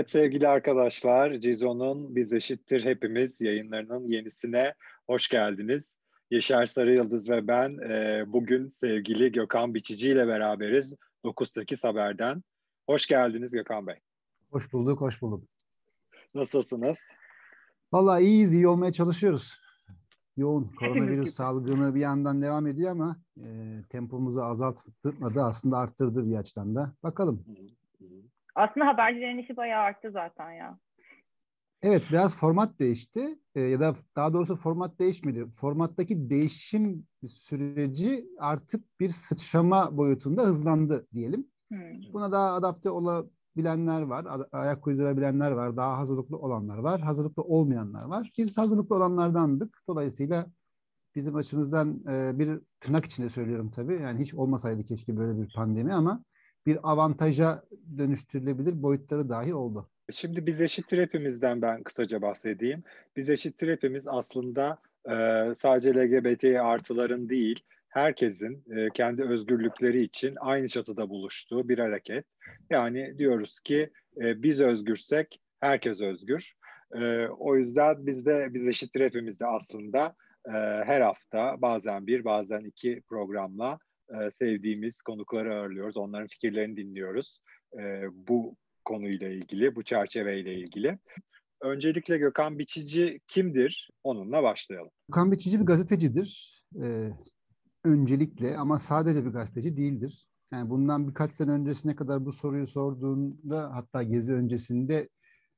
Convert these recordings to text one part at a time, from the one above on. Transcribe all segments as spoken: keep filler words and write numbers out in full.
Evet sevgili arkadaşlar, Cizo'nun Biz Eşittir Hepimiz yayınlarının yenisine hoş geldiniz. Yaşar Sarıyıldız ve ben e, bugün sevgili Gökhan Biçici ile beraberiz dokuz sekiz Haber'den. Hoş geldiniz Gökhan Bey. Hoş bulduk, hoş bulduk. Nasılsınız? Vallahi iyiyiz, iyi olmaya çalışıyoruz. Yoğun Hepimiz koronavirüs gibi. salgını bir yandan devam ediyor ama e, tempomuzu azaltmadı, aslında arttırdı bir açıdan da. Bakalım. Aslında habercilerin işi bayağı arttı zaten ya. Evet, biraz format değişti E, ya da daha doğrusu format değişmedi. Formattaki değişim süreci artık bir sıçrama boyutunda hızlandı diyelim. Hmm. Buna daha adapte olabilenler var, a- ayak uydurabilenler var, daha hazırlıklı olanlar var, hazırlıklı olmayanlar var. Biz hazırlıklı olanlardandık. Dolayısıyla bizim açımızdan e, bir tırnak içinde söylüyorum tabii. Yani hiç olmasaydı keşke böyle bir pandemi ama bir avantaja dönüştürülebilir boyutları dahi oldu. Şimdi Biz Eşittir Hepimiz'den ben kısaca bahsedeyim. Biz Eşittir Hepimiz aslında e, sadece L G B T artıların değil, herkesin e, kendi özgürlükleri için aynı çatıda buluştuğu bir hareket. Yani diyoruz ki e, biz özgürsek herkes özgür. E, o yüzden biz de Biz Eşittir Hepimiz'de aslında e, her hafta bazen bir bazen iki programla e, sevdiğimiz konukları ağırlıyoruz. Onların fikirlerini dinliyoruz. E, bu konuyla ilgili, bu çerçeveyle ilgili. Öncelikle Gökhan Biçici kimdir? Onunla başlayalım. Okan Biçici bir gazetecidir. Ee, öncelikle ama sadece bir gazeteci değildir. Yani bundan birkaç sene öncesine kadar bu soruyu sorduğunda hatta Gezi öncesinde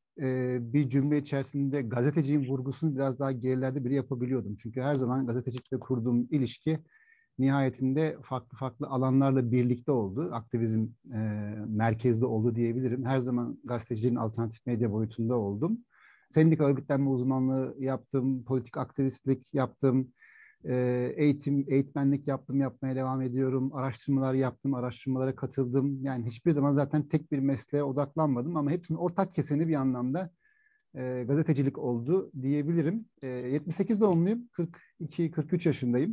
e, bir cümle içerisinde gazetecinin vurgusunu biraz daha gerilerde biri yapabiliyordum. Çünkü her zaman gazetecilikle kurduğum ilişki nihayetinde farklı farklı alanlarla birlikte oldu. Aktivizm e, merkezde oldu diyebilirim. Her zaman gazeteciliğin alternatif medya boyutunda oldum. Sendika örgütlenme uzmanlığı yaptım, politik aktivistlik yaptım, e, eğitim, eğitmenlik yaptım, yapmaya devam ediyorum. Araştırmalar yaptım, araştırmalara katıldım. Yani hiçbir zaman zaten tek bir mesleğe odaklanmadım ama hepsinin ortak keseni bir anlamda e, gazetecilik oldu diyebilirim. E, yetmiş sekiz doğumluyum, kırk iki kırk üç yaşındayım.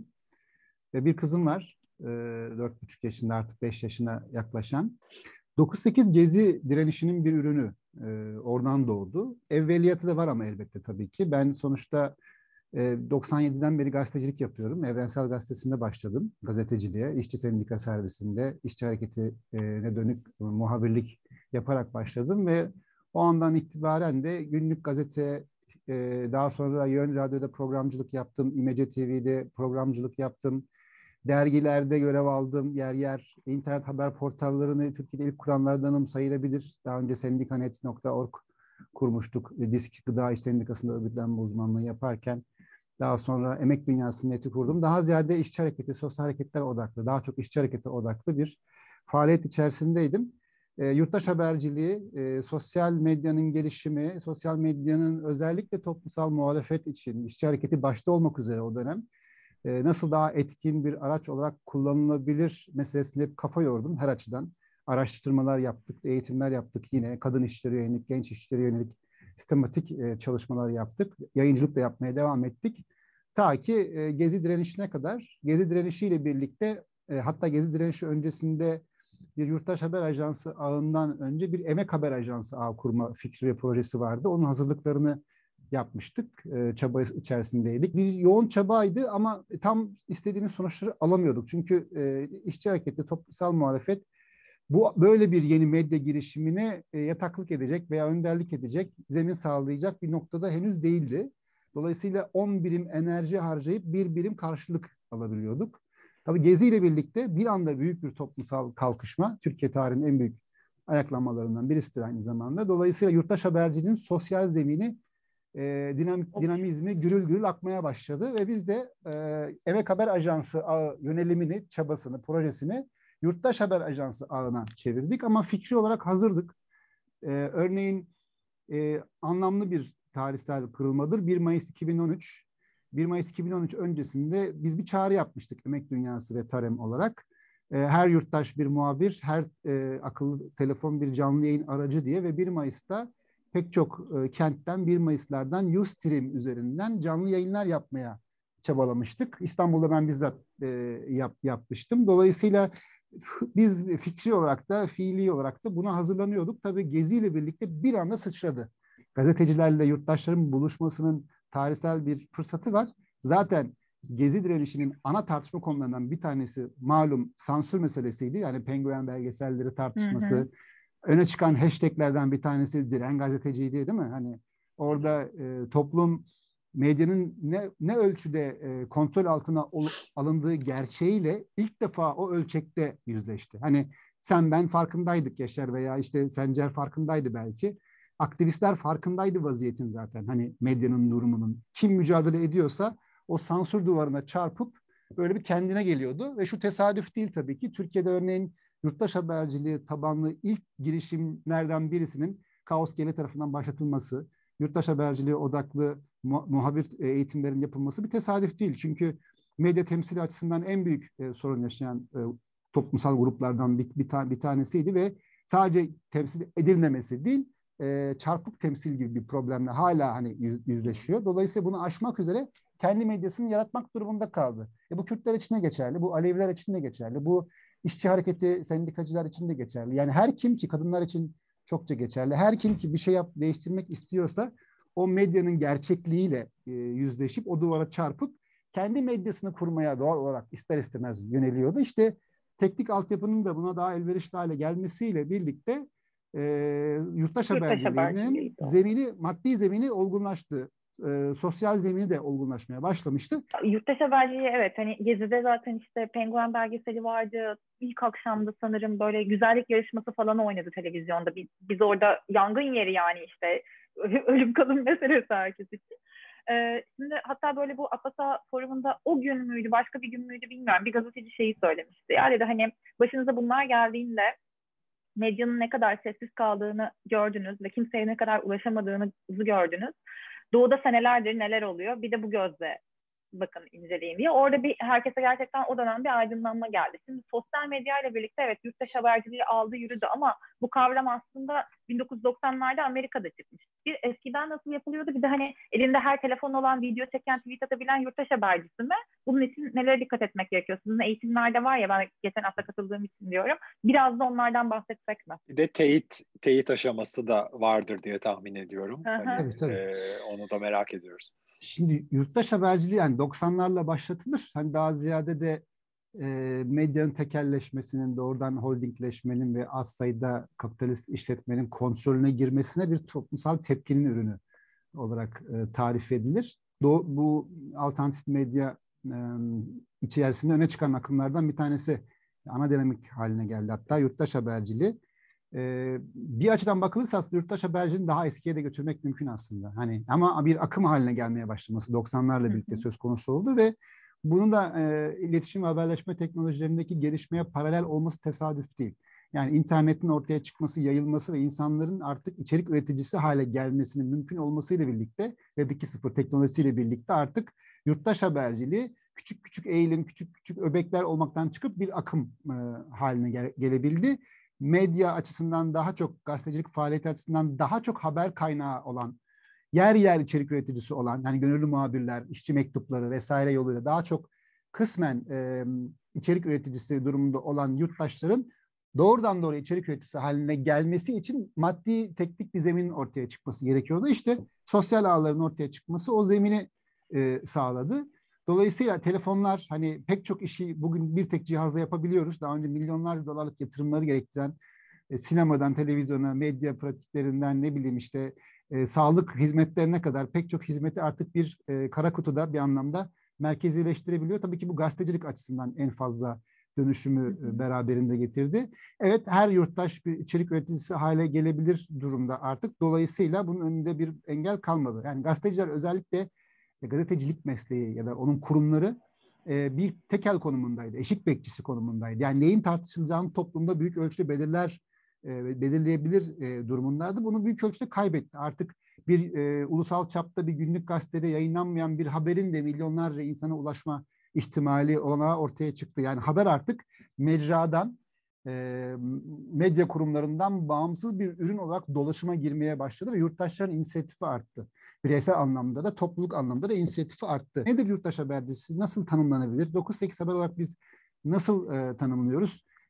Ve bir kızım var, e, dört buçuk yaşında artık beş yaşına yaklaşan. dokuz sekiz Gezi direnişinin bir ürünü. E, oradan doğdu. Evveliyatı da var ama elbette tabii ki. Ben sonuçta e, doksan yediden beri gazetecilik yapıyorum. Evrensel Gazetesi'nde başladım gazeteciliğe. İşçi Sendika Servisinde işçi hareketine dönük muhabirlik yaparak başladım ve o andan itibaren de günlük gazete, e, daha sonra Yön Radyo'da programcılık yaptım, İmece T V'de programcılık yaptım. Dergilerde görev aldım yer yer. İnternet haber portallarını Türkiye'de ilk kuranlardanım sayılabilir. Daha önce sendikanet nokta org kurmuştuk. Disk Gıda İş Sendikası'nda örgütlenme uzmanlığı yaparken. Daha sonra Emek Dünyası Net'i kurdum. Daha ziyade işçi hareketi, sosyal hareketler odaklı, daha çok işçi hareketi odaklı bir faaliyet içerisindeydim. E, yurttaş haberciliği, e, sosyal medyanın gelişimi, sosyal medyanın özellikle toplumsal muhalefet için, işçi hareketi başta olmak üzere o dönem e, nasıl daha etkin bir araç olarak kullanılabilir meselesine hep kafa yordum her açıdan. Araştırmalar yaptık, eğitimler yaptık yine. Kadın işleri yönelik, genç işleri yönelik sistematik e, çalışmalar yaptık. Yayıncılık da yapmaya devam ettik. Ta ki e, Gezi direnişine kadar. Gezi direnişiyle birlikte e, hatta Gezi direnişi öncesinde bir yurttaş haber ajansı ağından önce bir emek haber ajansı ağı kurma fikri ve projesi vardı. Onun hazırlıklarını yapmıştık. E, çaba içerisindeydik. Bir yoğun çabaydı ama tam istediğimiz sonuçları alamıyorduk. Çünkü e, işçi hareketi, toplumsal muhalefet bu böyle bir yeni medya girişimine e, yataklık edecek veya önderlik edecek, zemin sağlayacak bir noktada henüz değildi. Dolayısıyla on birim enerji harcayıp bir birim karşılık alabiliyorduk. Tabii Gezi ile birlikte bir anda büyük bir toplumsal kalkışma, Türkiye tarihinin en büyük ayaklanmalarından birisidir aynı zamanda. Dolayısıyla yurttaş haberciliğin sosyal zemini, e, dinamik, dinamizmi gürül gürül akmaya başladı ve biz de e, Emek Haber Ajansı ağı yönelimini, çabasını, projesini Yurttaş Haber Ajansı ağına çevirdik ama fikri olarak hazırdık. E, örneğin e, anlamlı bir tarihsel kırılmadır. bir Mayıs iki bin on üç. bir Mayıs iki bin on üç öncesinde biz bir çağrı yapmıştık Emek Dünyası ve Tarem olarak. E, her yurttaş bir muhabir, her e, akıllı telefon bir canlı yayın aracı diye ve bir Mayıs'ta pek çok e, kentten bir Mayıs'lardan Ustream üzerinden canlı yayınlar yapmaya çabalamıştık. İstanbul'da ben bizzat e, yap, yapmıştım. Dolayısıyla biz fikri olarak da fiili olarak da buna hazırlanıyorduk. Tabii Gezi ile birlikte bir anda sıçradı. Gazetecilerle yurttaşların buluşmasının tarihsel bir fırsatı var. Zaten Gezi direnişinin ana tartışma konularından bir tanesi malum sansür meselesiydi. Yani penguen belgeselleri tartışması. Hı hı. Öne çıkan hashtaglerden bir tanesi diren gazeteciydi, değil mi? Hani orada e, toplum medyanın ne ne ölçüde e, kontrol altına ol, alındığı gerçeğiyle ilk defa o ölçekte yüzleşti. Hani sen ben farkındaydık Yaşar veya işte Sencer farkındaydı belki. Aktivistler farkındaydı vaziyetin zaten. Hani medyanın durumunun. Kim mücadele ediyorsa o sansür duvarına çarpıp böyle bir kendine geliyordu. Ve şu tesadüf değil tabii ki. Türkiye'de örneğin yurttaş haberciliği tabanlı ilk girişimlerden birisinin Kaos Gele tarafından başlatılması, yurttaş haberciliği odaklı muhabir eğitimlerin yapılması bir tesadüf değil. Çünkü medya temsili açısından en büyük e, sorun yaşayan e, toplumsal gruplardan bir, bir, ta, bir tanesiydi ve sadece temsil edilmemesi değil, e, çarpık temsil gibi bir problemle hala hani yüz, yüzleşiyor. Dolayısıyla bunu aşmak üzere kendi medyasını yaratmak durumunda kaldı. E, bu Kürtler için de geçerli, bu Aleviler için de geçerli, bu işçi hareketi, sendikacılar için de geçerli. Yani her kim ki kadınlar için çokça geçerli. Her kim ki bir şey yap, değiştirmek istiyorsa o medyanın gerçekliğiyle e, yüzleşip o duvara çarpıp kendi medyasını kurmaya doğal olarak ister istemez yöneliyordu. İşte teknik altyapının da buna daha elverişli hale gelmesiyle birlikte e, yurttaş haberciliğinin zemini, maddi zemini olgunlaştı. E, sosyal zemini de olgunlaşmaya başlamıştı. Yurttaş haberciliği evet hani Gezi'de zaten işte Penguen belgeseli vardı. İlk akşamda sanırım böyle güzellik yarışması falan oynadı televizyonda. Biz, biz orada yangın yeri yani işte ölüm kalım meselesi herkes için. Ee, şimdi hatta böyle bu APASA forumunda o gün müydü başka bir gün müydü bilmiyorum. Bir gazeteci şeyi söylemişti. Yani de hani başınıza bunlar geldiğinde medyanın ne kadar sessiz kaldığını gördünüz ve kimseye ne kadar ulaşamadığınızı gördünüz. Doğuda senelerdir neler oluyor? Bir de bu gözle bakın inceleyin diye. Orada bir herkese gerçekten o dönem bir aydınlanma geldi. Şimdi sosyal medyayla birlikte evet yurttaş haberciliği aldı yürüdü ama bu kavram aslında bin dokuz yüz doksanlarda Amerika'da çıkmış. Bir eskiden nasıl yapılıyordu? Bir de hani elinde her telefon olan, video çeken, tweet atabilen yurttaş habercisi mi? Bunun için nelere dikkat etmek gerekiyor? Sizin eğitimlerde var ya ben geçen hafta katıldığım için diyorum. Biraz da onlardan bahsetsek mi? Bir de teyit, teyit aşaması da vardır diye tahmin ediyorum. Hı hı. Hani, tabii, tabii. E, onu da merak ediyoruz. Şimdi yurttaş haberciliği yani doksanlarla başlatılır. Hani daha ziyade de e, medyanın tekelleşmesinin, doğrudan holdingleşmenin ve az sayıda kapitalist işletmenin kontrolüne girmesine bir toplumsal tepkinin ürünü olarak e, tarif edilir. Do bu alternatif medya e, içerisinde öne çıkan akımlardan bir tanesi ana dinamik haline geldi. Hatta yurttaş haberciliği. Ee, bir açıdan bakılırsa aslında yurttaş haberciliğini daha eskiye de götürmek mümkün aslında. Hani ama bir akım haline gelmeye başlaması doksanlarla birlikte söz konusu oldu ve bunun da e, iletişim ve haberleşme teknolojilerindeki gelişmeye paralel olması tesadüf değil. Yani internetin ortaya çıkması, yayılması ve insanların artık içerik üreticisi hale gelmesinin mümkün olmasıyla birlikte Web iki nokta sıfır teknolojisiyle birlikte artık yurttaş haberciliği küçük küçük eğilim, küçük küçük öbekler olmaktan çıkıp bir akım e, haline gele, gelebildi. Medya açısından daha çok, gazetecilik faaliyeti açısından daha çok haber kaynağı olan, yer yer içerik üreticisi olan, hani gönüllü muhabirler, işçi mektupları vesaire yoluyla daha çok kısmen e, içerik üreticisi durumunda olan yurttaşların doğrudan doğruya içerik üreticisi haline gelmesi için maddi teknik bir zeminin ortaya çıkması gerekiyordu. İşte sosyal ağların ortaya çıkması o zemini e, sağladı. Dolayısıyla telefonlar hani pek çok işi bugün bir tek cihazla yapabiliyoruz. Daha önce milyonlarca dolarlık yatırımları gerektiren e, sinemadan, televizyona, medya pratiklerinden ne bileyim işte e, sağlık hizmetlerine kadar pek çok hizmeti artık bir e, kara kutuda bir anlamda merkezileştirebiliyor. Tabii ki bu gazetecilik açısından en fazla dönüşümü e, beraberinde getirdi. Evet her yurttaş bir içerik üreticisi hale gelebilir durumda artık. Dolayısıyla bunun önünde bir engel kalmadı. Yani gazeteciler özellikle gazetecilik mesleği ya da onun kurumları e, bir tekel konumundaydı, eşik bekçisi konumundaydı. Yani neyin tartışılacağını toplumda büyük ölçüde belirler, e, belirleyebilir e, durumundaydı. Bunu büyük ölçüde kaybetti. Artık bir e, ulusal çapta bir günlük gazetede yayınlanmayan bir haberin de milyonlarca insana ulaşma ihtimali olanağı ortaya çıktı. Yani haber artık mecradan, e, medya kurumlarından bağımsız bir ürün olarak dolaşıma girmeye başladı ve yurttaşların inisiyatifi arttı. Bireysel anlamda da topluluk anlamda da inisiyatifi arttı. Nedir yurttaş habercisi? Nasıl tanımlanabilir? dokuz sekiz haber olarak biz nasıl e, tanımlıyoruz?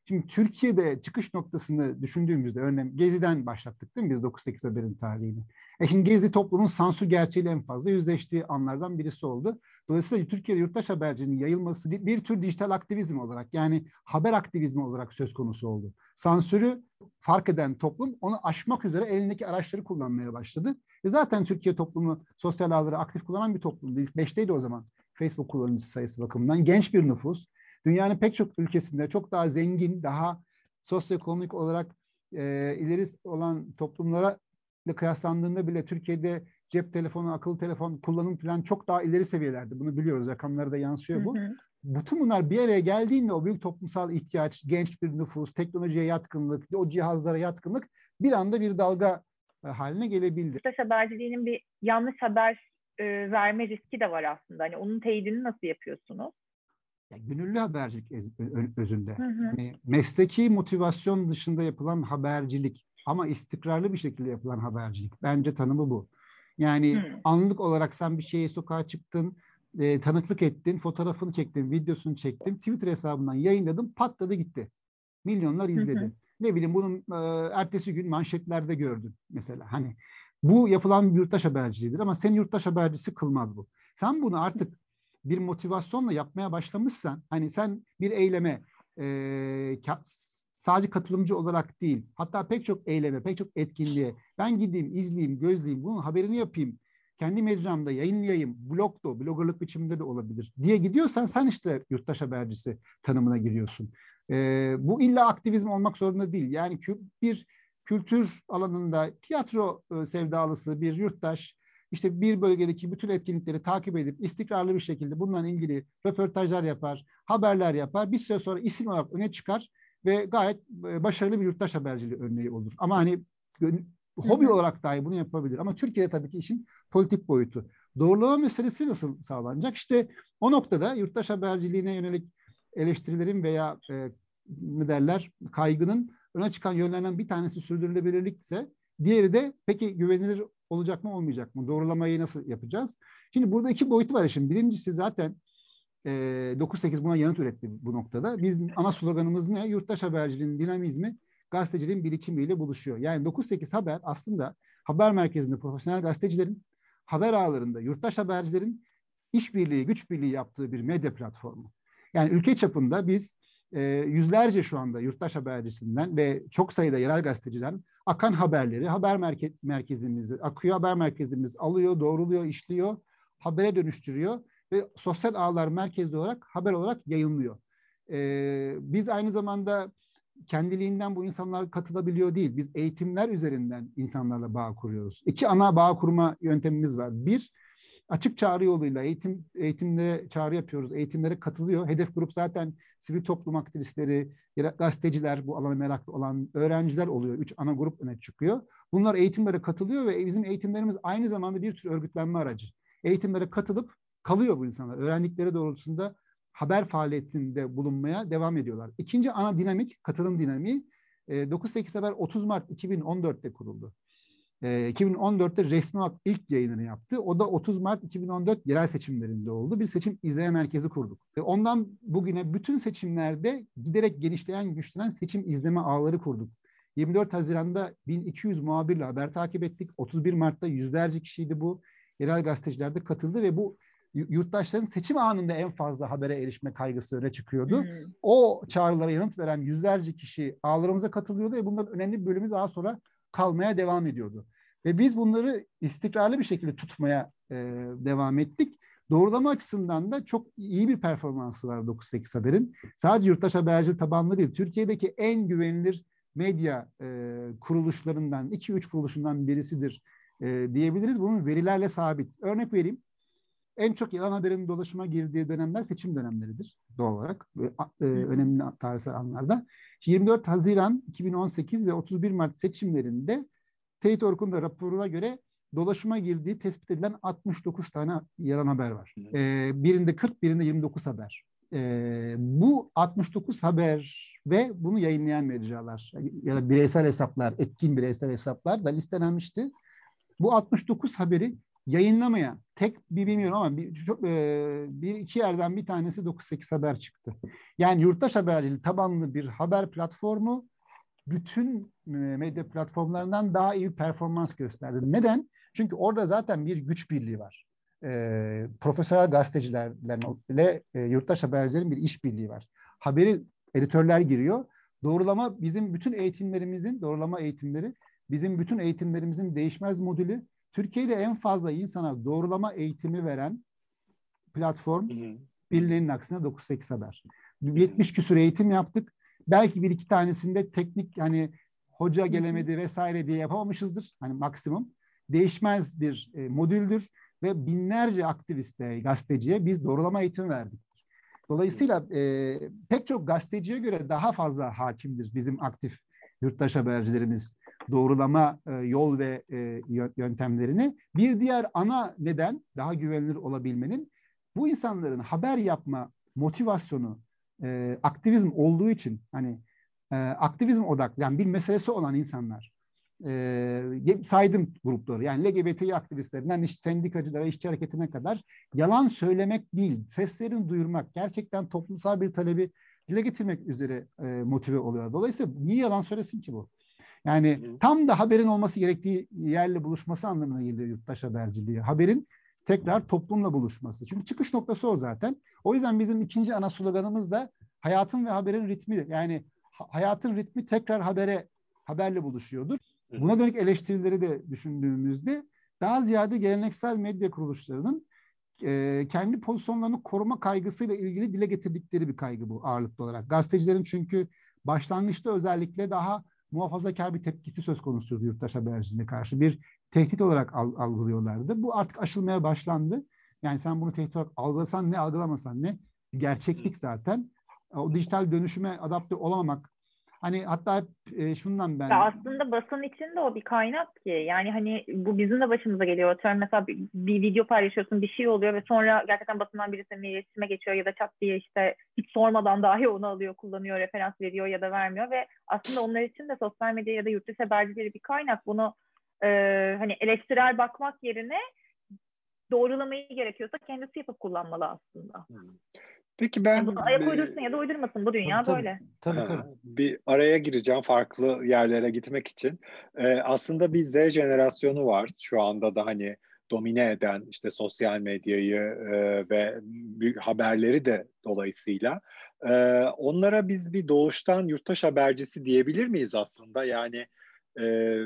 Şimdi Türkiye'de çıkış noktasını düşündüğümüzde, örneğin Gezi'den başlattık değil mi biz dokuz sekiz haberin tarihini? E şimdi Gezi toplumun sansür gerçeğiyle en fazla yüzleştiği anlardan birisi oldu. Dolayısıyla Türkiye'de yurttaş haberciliğinin yayılması bir tür dijital aktivizm olarak, yani haber aktivizmi olarak söz konusu oldu. Sansürü fark eden toplum onu aşmak üzere elindeki araçları kullanmaya başladı. E zaten Türkiye toplumu sosyal ağları aktif kullanan bir toplumdu. İlk beşteydi o zaman Facebook kullanıcı sayısı bakımından. Genç bir nüfus. Dünyanın pek çok ülkesinde çok daha zengin, daha sosyoekonomik olarak e, ileri olan toplumlara kıyaslandığında bile Türkiye'de cep telefonu, akıllı telefon kullanım falan çok daha ileri seviyelerde. Bunu biliyoruz. Rakamlara da yansıyor bu. Hı hı. Bütün bunlar bir araya geldiğinde o büyük toplumsal ihtiyaç, genç bir nüfus, teknolojiye yatkınlık, o cihazlara yatkınlık bir anda bir dalga haline gelebildi. Yurttaş haberciliğinin bir yanlış haber e, verme riski de var aslında. Hani onun teyidini nasıl yapıyorsunuz? Yani gönüllü habercilik özünde. Hı hı. Yani mesleki motivasyon dışında yapılan habercilik ama istikrarlı bir şekilde yapılan habercilik. Bence tanımı bu. Yani hı. anlık olarak sen bir şeye sokağa çıktın, e, tanıklık ettin, fotoğrafını çektin, videosunu çektin, Twitter hesabından yayınladın, patladı gitti. Milyonlar izledi. Hı hı. Ne bileyim bunun e, ertesi gün manşetlerde gördün mesela. Hani bu yapılan bir yurttaş haberciliğidir ama seni yurttaş habercisi kılmaz bu. Sen bunu artık bir motivasyonla yapmaya başlamışsan, hani sen bir eyleme e, sadece katılımcı olarak değil, hatta pek çok eyleme, pek çok etkinliğe ben gideyim, izleyeyim, gözleyeyim, bunun haberini yapayım, kendi mecramda yayınlayayım, blogda, bloggerlık biçiminde de olabilir diye gidiyorsan sen işte yurttaş habercisi tanımına giriyorsun. E, bu illa aktivizm olmak zorunda değil. Yani bir kültür alanında tiyatro e, sevdalısı bir yurttaş, İşte bir bölgedeki bütün etkinlikleri takip edip istikrarlı bir şekilde bununla ilgili röportajlar yapar, haberler yapar. Bir süre sonra isim olarak öne çıkar ve gayet başarılı bir yurttaş haberciliği örneği olur. Ama hani hobi Hı-hı. olarak dahi bunu yapabilir. Ama Türkiye'de tabii ki işin politik boyutu. Doğrulama meselesi nasıl sağlanacak? İşte o noktada yurttaş haberciliğine yönelik eleştirilerin veya e, ne derler kaygının öne çıkan yönlerden bir tanesi sürdürülebilirlikse, diğeri de peki güvenilir olacak mı olmayacak mı? Doğrulamayı nasıl yapacağız? Şimdi burada iki boyutu var. Şimdi birincisi zaten e, dokuz sekiz buna yanıt üretti bu noktada. Biz ana sloganımız ne? Yurttaş haberciliğinin dinamizmi gazeteciliğin birikimiyle buluşuyor. Yani dokuz sekiz Haber aslında haber merkezinde profesyonel gazetecilerin, haber ağlarında yurttaş habercilerin işbirliği, güç birliği yaptığı bir medya platformu. Yani ülke çapında biz e, yüzlerce şu anda yurttaş habercisinden ve çok sayıda yerel gazeteciden akan haberleri haber merke- merkezimizi, akıyor haber merkezimiz alıyor, doğruluyor, işliyor, habere dönüştürüyor ve sosyal ağlar merkezli olarak haber olarak yayınlıyor. Ee, biz aynı zamanda kendiliğinden bu insanlar katılabiliyor değil. Biz eğitimler üzerinden insanlarla bağ kuruyoruz. İki ana bağ kurma yöntemimiz var. Bir, açık çağrı yoluyla eğitim eğitimde çağrı yapıyoruz. Eğitimlere katılıyor. Hedef grup zaten sivil toplum aktivistleri, gazeteciler, bu alana meraklı olan öğrenciler oluyor. Üç ana grup öne çıkıyor. Bunlar eğitimlere katılıyor ve bizim eğitimlerimiz aynı zamanda bir tür örgütlenme aracı. Eğitimlere katılıp kalıyor bu insanlar. Öğrendikleri doğrultusunda haber faaliyetinde bulunmaya devam ediyorlar. İkinci ana dinamik, katılım dinamiği dokuz sekiz Haber otuz Mart iki bin on dörtte kuruldu. iki bin on dörtte resmi olarak ilk yayınını yaptı. O da otuz Mart iki bin on dört yerel seçimlerinde oldu. Bir seçim izleme merkezi kurduk. Ve ondan bugüne bütün seçimlerde giderek genişleyen, güçlenen seçim izleme ağları kurduk. yirmi dört Haziran'da bin iki yüz muhabirle haber takip ettik. otuz bir Mart'ta yüzlerce kişiydi bu. Yerel gazeteciler de katıldı ve bu yurttaşların seçim anında en fazla habere erişme kaygısı öne çıkıyordu. Hmm. O çağrılara yanıt veren yüzlerce kişi ağlarımıza katılıyordu ve bunların önemli bir bölümü daha sonra kalmaya devam ediyordu. Ve biz bunları istikrarlı bir şekilde tutmaya e, devam ettik. Doğrulama açısından da çok iyi bir performansı var dokuz sekiz Haber'in. Sadece yurttaş haberci tabanlı değil, Türkiye'deki en güvenilir medya e, kuruluşlarından, iki üç kuruluşundan birisidir e, diyebiliriz. Bunun verilerle sabit. Örnek vereyim. En çok yalan haberin dolaşıma girdiği dönemler seçim dönemleridir doğal olarak. E, önemli tarihsel anlarda. yirmi dört Haziran iki bin on sekiz ve otuz bir Mart seçimlerinde Teyit Orkun da raporuna göre dolaşıma girdiği tespit edilen altmış dokuz tane yalan haber var. Ee, birinde kırk, birinde yirmi dokuz haber. Ee, bu altmış dokuz haber ve bunu yayınlayan mecralar ya da bireysel hesaplar, etkin bireysel hesaplar da listelenmişti. Bu altmış dokuz haberi yayınlamaya tek bir bilmiyorum ama bir, çok, e, bir iki yerden bir tanesi dokuz sekiz Haber çıktı. Yani yurttaş haberciliği tabanlı bir haber platformu bütün e, medya platformlarından daha iyi performans gösterdi. Neden? Çünkü orada zaten bir güç birliği var. E, profesyonel gazetecilerle e, yurttaş habercilerin bir işbirliği var. Haberi editörler giriyor. Doğrulama bizim bütün eğitimlerimizin, doğrulama eğitimleri bizim bütün eğitimlerimizin değişmez modülü. Türkiye'de en fazla insana doğrulama eğitimi veren platform birilerinin aksine dokuz sekiz Haber. yetmiş küsur eğitim yaptık. Belki bir iki tanesinde teknik hani hoca gelemedi vesaire diye yapamamışızdır. Hani maksimum. Değişmez bir e, modüldür ve binlerce aktiviste, gazeteciye biz doğrulama eğitimi verdik. Dolayısıyla e, pek çok gazeteciye göre daha fazla hakimdir bizim aktif yurttaş habercilerimiz doğrulama e, yol ve e, yöntemlerini. Bir diğer ana neden daha güvenilir olabilmenin bu insanların haber yapma motivasyonu e, aktivizm olduğu için hani e, aktivizm odaklı yani bir meselesi olan insanlar e, saydım grupları yani L G B T aktivistlerinden işte sendikacılara, işçi hareketine kadar yalan söylemek değil, seslerini duyurmak, gerçekten toplumsal bir talebi dile getirmek üzere e, motive oluyor. Dolayısıyla niye yalan söylesin ki bu? Yani tam da haberin olması gerektiği yerle buluşması anlamına geliyor yurttaş haberciliği. Haberin tekrar toplumla buluşması. Çünkü çıkış noktası o zaten. O yüzden bizim ikinci ana sloganımız da hayatın ve haberin ritmi. Yani hayatın ritmi tekrar habere haberle buluşuyordur. Buna dönük eleştirileri de düşündüğümüzde daha ziyade geleneksel medya kuruluşlarının e, kendi pozisyonlarını koruma kaygısıyla ilgili dile getirdikleri bir kaygı bu ağırlıklı olarak. Gazetecilerin çünkü başlangıçta özellikle daha muhafazakar bir tepkisi söz konusuydu yurttaş haberciliğine karşı. Bir tehdit olarak algılıyorlardı. Bu artık aşılmaya başlandı. Yani sen bunu tehdit olarak algılasan ne, algılamasan ne, gerçeklik zaten. O dijital dönüşüme adapte olamamak. Hani hatta hep e, şundan ben... Ya aslında basın için de o bir kaynak ki. Yani hani bu bizim de başımıza geliyor. Atıyorum mesela bir, bir video paylaşıyorsun, bir şey oluyor ve sonra gerçekten basından biri seninle iletişime geçiyor ya da çat diye işte hiç sormadan dahi onu alıyor, kullanıyor, referans veriyor ya da vermiyor ve aslında onlar için de sosyal medya ya da yurttaş habercileri bir kaynak. Bunu e, hani eleştirel bakmak yerine doğrulamayı gerekiyorsa kendisi yapıp kullanmalı aslında. Peki ben... Yani bunu ayak uydursun ya da uydurmasın. Bu dünya tabii, böyle. Tabii, tabii. Bir araya gireceğim farklı yerlere gitmek için. Ee, aslında bir Z jenerasyonu var şu anda da hani domine eden işte sosyal medyayı e, ve haberleri de dolayısıyla. E, onlara biz bir doğuştan yurttaş habercisi diyebilir miyiz aslında? Yani e,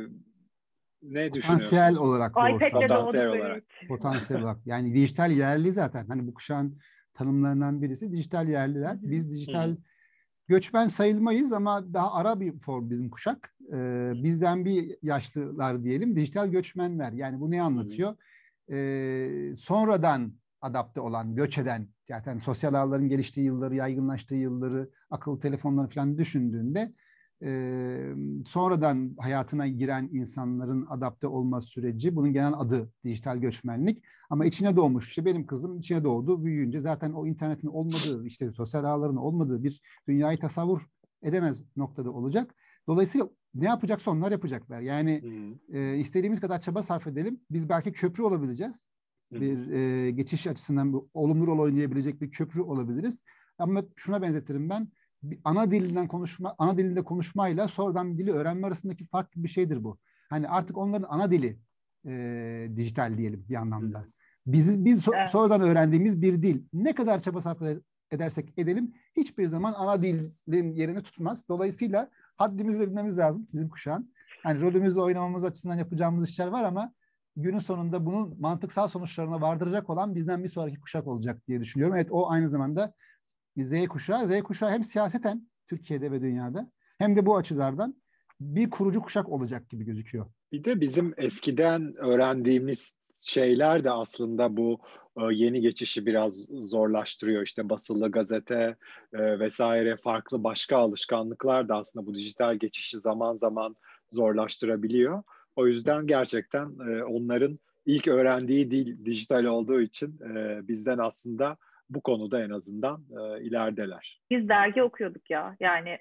ne potansiyel düşünüyorsunuz? olarak doğuştan. Potansiyel olarak. Potansiyel olarak. Yani dijital yerli zaten. Hani bu kuşağın tanımlarından birisi dijital yerliler. Biz dijital Hı-hı. göçmen sayılmayız ama daha ara bir form bizim kuşak. Ee, bizden bir yaşlılar diyelim. Dijital göçmenler. Yani bu ne anlatıyor? Ee, sonradan adapte olan, göç eden, zaten sosyal ağların geliştiği yılları, yaygınlaştığı yılları, akıllı telefonları falan düşündüğünde Ee, sonradan hayatına giren insanların adapte olma süreci, bunun genel adı dijital göçmenlik. Ama içine doğmuş, işte benim kızım içine doğdu, büyüyünce zaten o internetin olmadığı, işte sosyal ağların olmadığı bir dünyayı tasavvur edemez noktada olacak. Dolayısıyla ne yapacaksa onlar yapacaklar. Yani e, istediğimiz kadar çaba sarf edelim. Biz belki köprü olabileceğiz. Bir e, geçiş açısından bir olumlu rol oynayabilecek bir köprü olabiliriz. Ama şuna benzetirim ben. Bir ana dilinden konuşma, ana dilinde konuşmayla sonradan bir dili öğrenme arasındaki farklı bir şeydir bu. Hani artık onların ana dili e, dijital diyelim bir anlamda. Biz biz so- sonradan öğrendiğimiz bir dil. Ne kadar çaba sarf edersek edelim hiçbir zaman ana dilin yerini tutmaz. Dolayısıyla haddimizi de bilmemiz lazım bizim kuşağın. Hani rolümüzü oynamamız açısından yapacağımız işler var ama günün sonunda bunun mantıksal sonuçlarına vardıracak olan bizden bir sonraki kuşak olacak diye düşünüyorum. Evet, o aynı zamanda Z kuşağı. Z kuşağı hem siyaseten Türkiye'de ve dünyada hem de bu açılardan bir kurucu kuşak olacak gibi gözüküyor. Bir de bizim eskiden öğrendiğimiz şeyler de aslında bu yeni geçişi biraz zorlaştırıyor. İşte basılı gazete vesaire farklı başka alışkanlıklar da aslında bu dijital geçişi zaman zaman zorlaştırabiliyor. O yüzden gerçekten onların ilk öğrendiği dil dijital olduğu için bizden aslında bu konuda en azından e, ilerideler. Biz dergi okuyorduk ya. Yani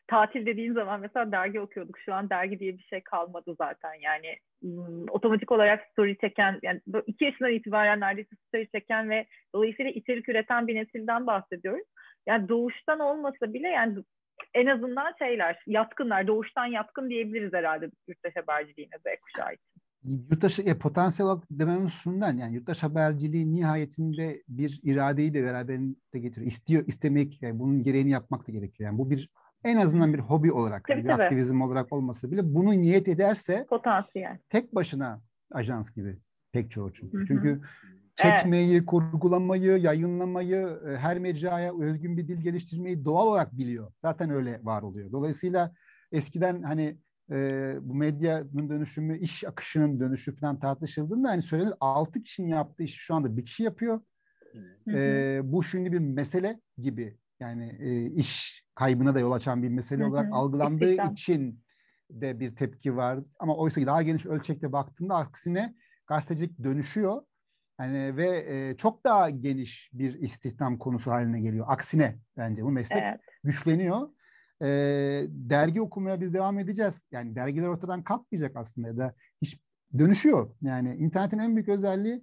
tatil dediğin zaman mesela dergi okuyorduk. Şu an dergi diye bir şey kalmadı zaten. Yani otomatik olarak story çeken, yani iki yaşından itibaren neredeyse story çeken ve dolayısıyla içerik üreten bir nesilden bahsediyoruz. Yani doğuştan olmasa bile yani en azından şeyler, yatkınlar, doğuştan yatkın diyebiliriz herhalde yurttaş haberciliğine Z kuşağı için. Yurttaş e, potansiyel olarak dememiz şundan, yani yurttaş haberciliği nihayetinde bir iradeyi de beraberinde getiriyor. İstiyor, istemek, yani bunun gereğini yapmak da gerekiyor. Yani bu bir en azından bir hobi olarak, Tabii, yani bir tabii. aktivizm olarak olmasa bile bunu niyet ederse Potansiyel. tek başına ajans gibi pek çoğu çünkü. Hı hı. Çünkü çekmeyi, kurgulamayı, yayınlamayı, e, her mecraya özgün bir dil geliştirmeyi doğal olarak biliyor. Zaten öyle var oluyor. Dolayısıyla eskiden hani e, bu medyanın dönüşümü, iş akışının dönüşü falan tartışıldığında hani söylenir, altı kişinin yaptığı işi şu anda bir kişi yapıyor. Hı hı. E, bu şimdi bir mesele gibi, yani e, iş kaybına da yol açan bir mesele Hı hı. olarak algılandığı İstihdam. için de bir tepki var. Ama oysa ki daha geniş ölçekte baktığında aksine gazetecilik dönüşüyor. Yani ve e, çok daha geniş bir istihdam konusu haline geliyor. Aksine bence bu meslek Evet. güçleniyor. E, dergi okumaya biz devam edeceğiz. Yani dergiler ortadan kalkmayacak aslında ya da hiç dönüşüyor. Yani internetin en büyük özelliği,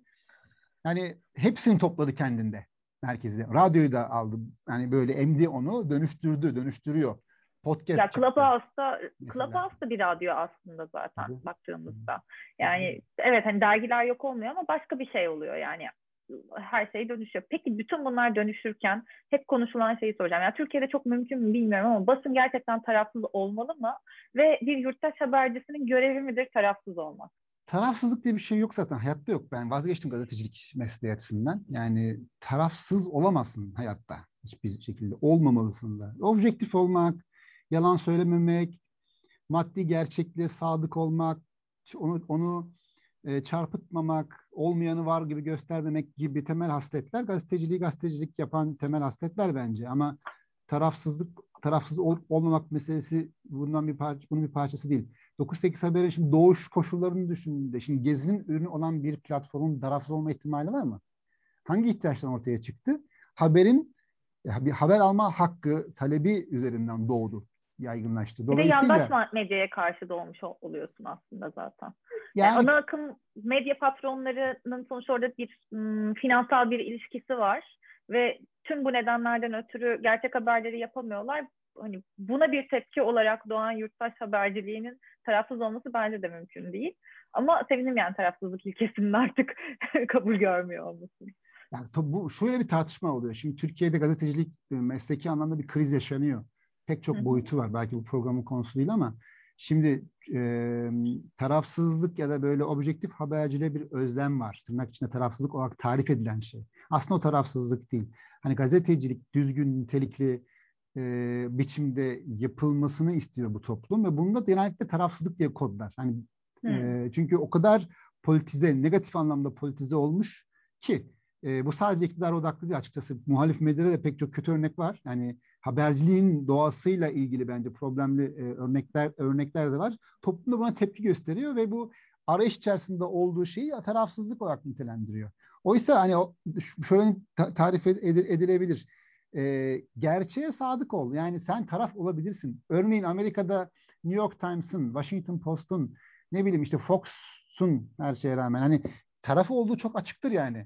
yani hepsini topladı kendinde merkezi. Radyoyu da aldı. Yani böyle emdi onu, dönüştürdü, dönüştürüyor. Podcast Ya çıktı Clubhouse'da, mesela. Clubhouse da bir radyo aslında zaten Tabii. baktığımızda. Yani evet hani dergiler yok olmuyor ama başka bir şey oluyor yani. Her şey dönüşüyor. Peki bütün bunlar dönüşürken hep konuşulan şeyi soracağım. Yani Türkiye'de çok mümkün mü bilmiyorum ama basın gerçekten tarafsız olmalı mı? Ve bir yurttaş habercisinin görevi midir tarafsız olmak? Tarafsızlık diye bir şey yok zaten. Hayatta yok. Ben vazgeçtim gazetecilik mesleği açısından. Yani tarafsız olamazsın hayatta. Hiçbir şekilde olmamalısın da. Objektif olmak, yalan söylememek, maddi gerçekliğe sadık olmak, onu onu e, çarpıtmamak, olmayanı var gibi göstermemek gibi temel hasletler gazeteciliği gazetecilik yapan temel hasletler bence. Ama tarafsızlık, tarafsız olup olmamak meselesi bundan bir parça, bunun bir parçası değil. dokuz sekiz Haber'in şimdi doğuş koşullarını düşündüğünde, şimdi Gezi'nin ürünü olan bir platformun tarafsız olma ihtimali var mı? Hangi ihtiyaçtan ortaya çıktı? Haberin bir haber alma hakkı talebi üzerinden doğdu, yaygınlaştı. Bir de yandaş Dolayısıyla medyaya karşı da olmuş oluyorsun aslında zaten. Yani yani ana akım medya patronlarının sonuç orada bir m, finansal bir ilişkisi var ve tüm bu nedenlerden ötürü gerçek haberleri yapamıyorlar. Hani buna bir tepki olarak doğan yurttaş haberciliğinin tarafsız olması bence de mümkün değil. Ama sevindim yani tarafsızlık ilkesinin artık kabul görmüyor olması. Yani bu şöyle bir tartışma oluyor. Şimdi Türkiye'de gazetecilik e, mesleki anlamda bir kriz yaşanıyor. Pek çok boyutu var. Belki bu programın konusu değil ama şimdi e, tarafsızlık ya da böyle objektif haberciliğe bir özlem var. Tırnak içinde tarafsızlık olarak tarif edilen şey. Aslında o tarafsızlık değil. Hani gazetecilik düzgün, nitelikli e, biçimde yapılmasını istiyor bu toplum ve bunu da genellikle tarafsızlık diye kodlar. Hani e, çünkü o kadar politize, negatif anlamda politize olmuş ki e, bu sadece iktidar odaklı değil açıkçası. Muhalif medyada da pek çok kötü örnek var. Yani haberciliğin doğasıyla ilgili bence problemli e, örnekler örnekler de var. Toplum da buna tepki gösteriyor ve bu arayış içerisinde olduğu şeyi tarafsızlık olarak nitelendiriyor. Oysa hani o, şöyle ta- tarif ed- edilebilir. E, gerçeğe sadık ol. Yani sen taraf olabilirsin. Örneğin Amerika'da New York Times'ın, Washington Post'un, ne bileyim işte Fox'un, her şeye rağmen hani tarafı olduğu çok açıktır yani.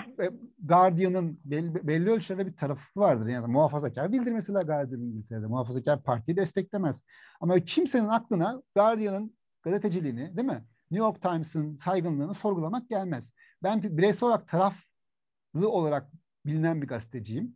Guardian'ın belli, belli ölçüde bir tarafı vardır. Yani muhafazakar değildir mesela Guardian İngiltere'de. Muhafazakar partiyi desteklemez. Ama kimsenin aklına Guardian'ın gazeteciliğini, değil mi? New York Times'ın saygınlığını sorgulamak gelmez. Ben bireysel olarak taraflı olarak bilinen bir gazeteciyim.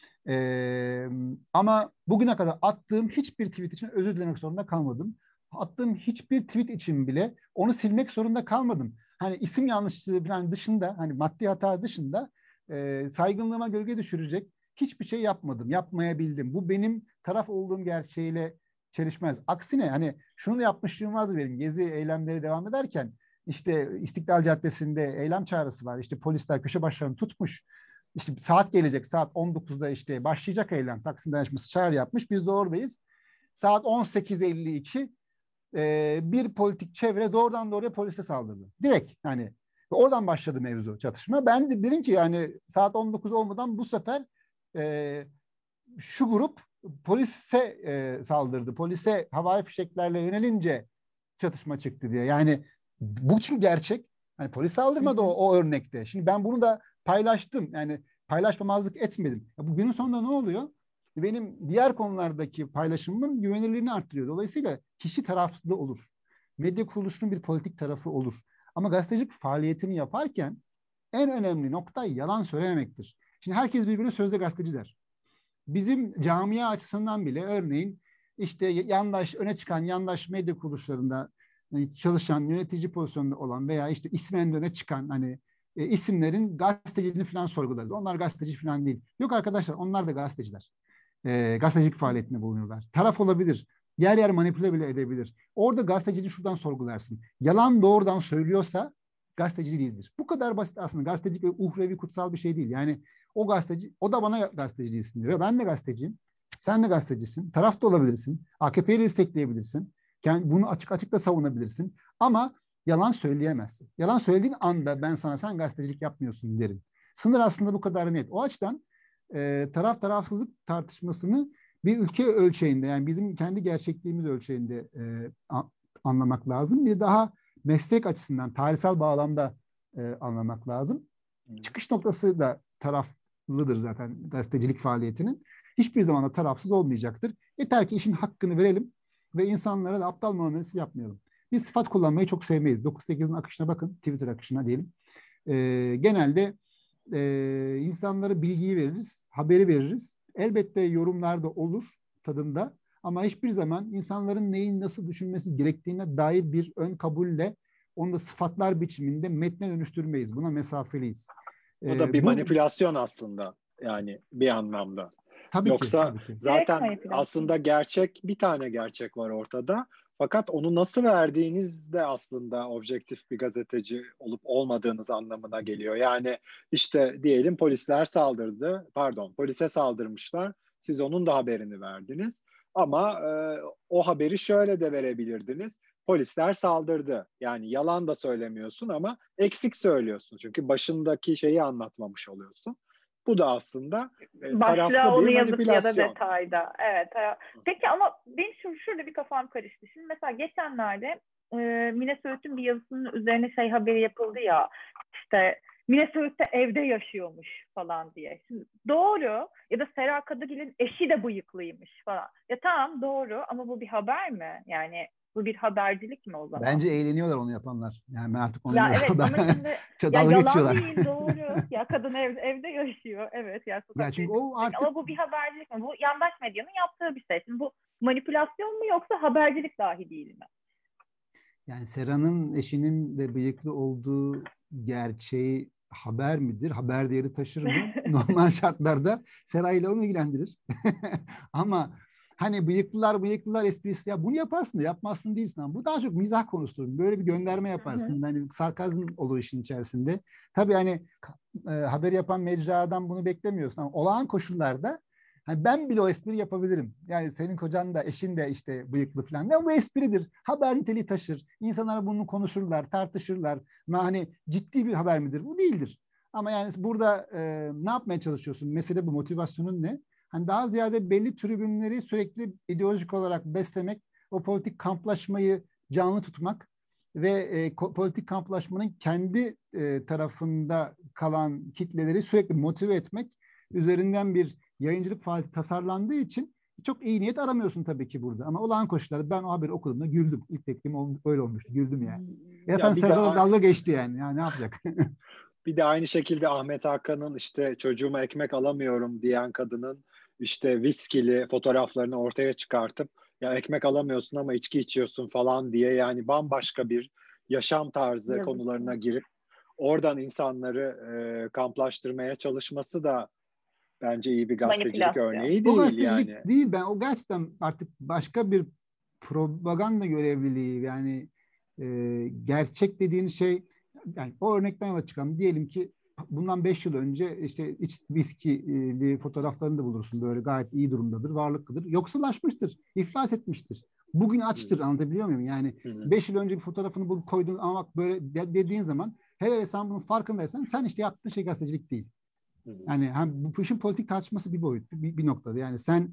Ee, ama bugüne kadar attığım hiçbir tweet için özür dilemek zorunda kalmadım. Attığım hiçbir tweet için bile onu silmek zorunda kalmadım. Hani isim yanlışlığı falan dışında, hani maddi hata dışında e, saygınlığıma gölge düşürecek hiçbir şey yapmadım, yapmayabildim. Bu benim taraf olduğum gerçeğiyle çelişmez. Aksine hani şunu yapmışlığım vardı benim. Gezi eylemleri devam ederken işte İstiklal Caddesi'nde eylem çağrısı var. İşte polisler köşe başlarını tutmuş. İşte saat gelecek, saat on dokuzda işte başlayacak eylem. Taksim Dayanışması çağrı yapmış. Biz de oradayız. Saat on sekiz elli iki e, bir politik çevre doğrudan doğruya polise saldırdı. Direkt yani oradan başladı mevzu, çatışma. Ben de dedim ki yani saat on dokuz olmadan bu sefer e, şu grup polise e, saldırdı. Polise havai fişeklerle yönelince çatışma çıktı diye. Yani bu çünkü gerçek. Hani polis saldırmadı o, o örnekte. Şimdi ben bunu da paylaştım. Yani paylaşmamazlık etmedim. Ya bu günün sonunda ne oluyor? Benim diğer konulardaki paylaşımımın güvenilirliğini arttırıyor. Dolayısıyla kişi taraflı olur. Medya kuruluşunun bir politik tarafı olur. Ama gazetecilik faaliyetini yaparken en önemli nokta yalan söylememektir. Şimdi herkes birbirine sözde gazeteci der. Bizim camia açısından bile örneğin işte yandaş öne çıkan yandaş medya kuruluşlarında çalışan yönetici pozisyonunda olan veya işte ismen öne çıkan hani e, isimlerin gazeteciliğini falan sorgularız. Onlar gazeteci falan değil. Yok arkadaşlar, onlar da gazeteciler. E, gazetecilik faaliyetinde bulunuyorlar. Taraf olabilir. Yer yer manipüle bile edebilir. Orada gazeteciliği şuradan sorgularsın. Yalan doğrudan söylüyorsa gazeteci değildir. Bu kadar basit aslında. Gazetecilik ve uhrevi kutsal bir şey değil. Yani o gazeteci, o da bana gazeteci değilsin diyor. Ben de gazeteciyim. Sen de gazetecisin. Taraf da olabilirsin. A K P'yi destekleyebilirsin. Yani bunu açık açık da savunabilirsin. Ama yalan söyleyemezsin. Yalan söylediğin anda ben sana sen gazetecilik yapmıyorsun derim. Sınır aslında bu kadar net. O açıdan e, taraf tarafsızlık tartışmasını bir ülke ölçeğinde, yani bizim kendi gerçekliğimiz ölçeğinde e, a, anlamak lazım. Bir daha meslek açısından tarihsel bağlamda e, anlamak lazım. Çıkış noktası da taraflıdır zaten gazetecilik faaliyetinin. Hiçbir zaman da tarafsız olmayacaktır. Yeter ki işin hakkını verelim ve insanlara da aptal muamelesi yapmayalım. Biz sıfat kullanmayı çok sevmeyiz. dokuz sekizin akışına bakın, Twitter akışına diyelim. E, genelde e, insanlara bilgiyi veririz, haberi veririz. Elbette yorumlar da olur tadında. Ama hiçbir zaman insanların neyin nasıl düşünmesi gerektiğine dair bir ön kabulle onu da sıfatlar biçiminde metne dönüştürmeyiz. Buna mesafeliyiz. O da bir ee, bu, manipülasyon aslında, yani bir anlamda. Tabii Yoksa ki, tabii ki. zaten aslında gerçek, bir tane gerçek var ortada. Fakat onu nasıl verdiğiniz de aslında objektif bir gazeteci olup olmadığınız anlamına geliyor. Yani işte diyelim polisler saldırdı, pardon polise saldırmışlar. Siz onun da haberini verdiniz. Ama e, o haberi şöyle de verebilirdiniz. Polisler saldırdı. Yani yalan da söylemiyorsun ama eksik söylüyorsun. Çünkü başındaki şeyi anlatmamış oluyorsun. Bu da aslında e, taraflı bir manipülasyon. Ya da detayda. Evet. Peki ama benim şu, şurada bir kafam karıştı. Şimdi mesela geçenlerde e, Mine Söğüt'ün bir yazısının üzerine şey haberi yapıldı ya, işte Mine Söğüt de evde yaşıyormuş falan diye. Şimdi doğru, ya da Sera Kadıgil'in eşi de bıyıklıymış falan. Ya tamam doğru ama bu bir haber mi? Yani bu bir habercilik mi o zaman? Bence eğleniyorlar onu yapanlar. Yani ben artık onu ya evet haber... ama şimdi ya yalan geçiyorlar. Değil doğru. Ya kadın ev, evde yaşıyor. Evet ya sokak. Ya çünkü o artık... Ama bu bir habercilik mi? Bu yandaş medyanın yaptığı bir şey. Şimdi bu manipülasyon mu yoksa habercilik dahi değil mi? Yani Sera'nın eşinin de bıyıklı olduğu gerçeği haber midir? Haber değeri taşır mı? Normal şartlarda Sera ile onu ilgilendirir. Ama hani bıyıklılar bıyıklılar esprisi, ya bunu yaparsın da yapmazsın değilsin. Ama bu daha çok mizah konusudur. Böyle bir gönderme yaparsın. Hani sarkazm olur işin içerisinde. Tabii hani e, haber yapan mecradan bunu beklemiyorsun. Ama olağan koşullarda hani ben bile o espri yapabilirim. Yani senin kocan da eşin de işte bıyıklı falan. Ne bu espridir. Haber niteliği taşır. İnsanlar bunu konuşurlar, tartışırlar. Ama hani ciddi bir haber midir? Bu değildir. Ama yani burada e, ne yapmaya çalışıyorsun? Mesele bu, motivasyonun ne? Hani daha ziyade belli tribünleri sürekli ideolojik olarak beslemek, o politik kamplaşmayı canlı tutmak ve e, politik kamplaşmanın kendi e, tarafında kalan kitleleri sürekli motive etmek üzerinden bir yayıncılık faaliyeti tasarlandığı için çok iyi niyet aramıyorsun tabii ki burada. Ama olağan koşullarda ben o haberi okuduğumda güldüm. İlk tepkim öyle olmuştu. Güldüm yani. Zaten ya Serdar de... dalga geçti yani. Yani ne yapacak? Bir de aynı şekilde Ahmet Hakan'ın işte çocuğuma ekmek alamıyorum diyen kadının işte viskili fotoğraflarını ortaya çıkartıp ya ekmek alamıyorsun ama içki içiyorsun falan diye, yani bambaşka bir yaşam tarzı Yazık. konularına girip oradan insanları e, kamplaştırmaya çalışması da bence iyi bir gazetecilik örneği değil. O gazetecilik yani. değil. Ben o gerçekten artık başka bir propaganda görevliliği, yani e, gerçek dediğin şey, yani o örnekten yola çıkalım. Diyelim ki bundan beş yıl önce işte iç viskili fotoğraflarını da bulursun. Böyle gayet iyi durumdadır, varlıklıdır. Yoksullaşmıştır, iflas etmiştir. Bugün açtır, hmm. anlatabiliyor muyum? Yani beş hmm. yıl önce bir fotoğrafını bulup koydun ama bak böyle de- dediğin zaman hele sen bunun farkındaysan sen işte yaptığın şey gazetecilik değil. Yani hem bu işin politik tartışması bir boyut, bir, bir noktada. Yani sen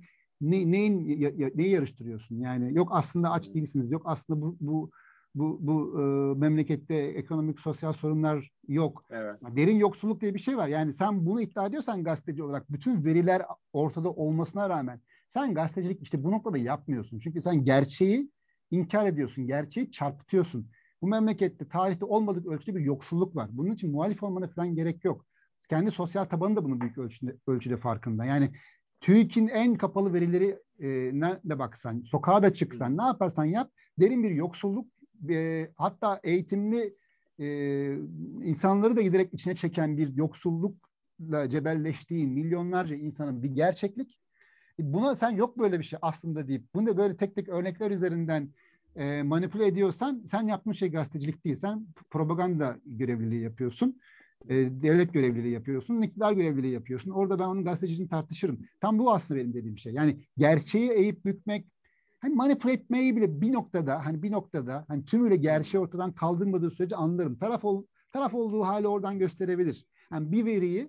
ne, neyin ya, ya, neyi yarıştırıyorsun? Yani yok aslında aç değilsiniz, yok aslında bu bu bu bu e, memlekette ekonomik sosyal sorunlar yok. Evet. Derin yoksulluk diye bir şey var. Yani sen bunu iddia ediyorsan gazeteci olarak bütün veriler ortada olmasına rağmen sen gazetecilik işte bu noktada yapmıyorsun. Çünkü sen gerçeği inkar ediyorsun, gerçeği çarpıtıyorsun. Bu memlekette tarihte olmadık ölçüde bir yoksulluk var. Bunun için muhalif olmana falan gerek yok. Kendi sosyal tabanı da bunun büyük ölçüde, ölçüde farkında. Yani TÜİK'in en kapalı verileri e, ne de baksan, sokağa da çıksan, ne yaparsan yap, derin bir yoksulluk, e, hatta eğitimli e, insanları da giderek içine çeken bir yoksullukla cebelleştiği milyonlarca insanın bir gerçeklik. Buna sen yok böyle bir şey aslında deyip bunu da böyle tek tek örnekler üzerinden e, manipüle ediyorsan sen yaptığın şey gazetecilik değil. Sen propaganda görevliliği yapıyorsun. E, devlet görevliliği yapıyorsun. İktidar görevliliği yapıyorsun. Orada ben onun gazeteciliğini tartışırım. Tam bu aslında benim dediğim şey. Yani gerçeği eğip bükmek, hani manipüle etmeyi bile bir noktada hani bir noktada hani tümüyle gerçeği ortadan kaldırmadığı sürece anlarım. Taraf ol, taraf olduğu hali oradan gösterebilir. Yani bir veriyi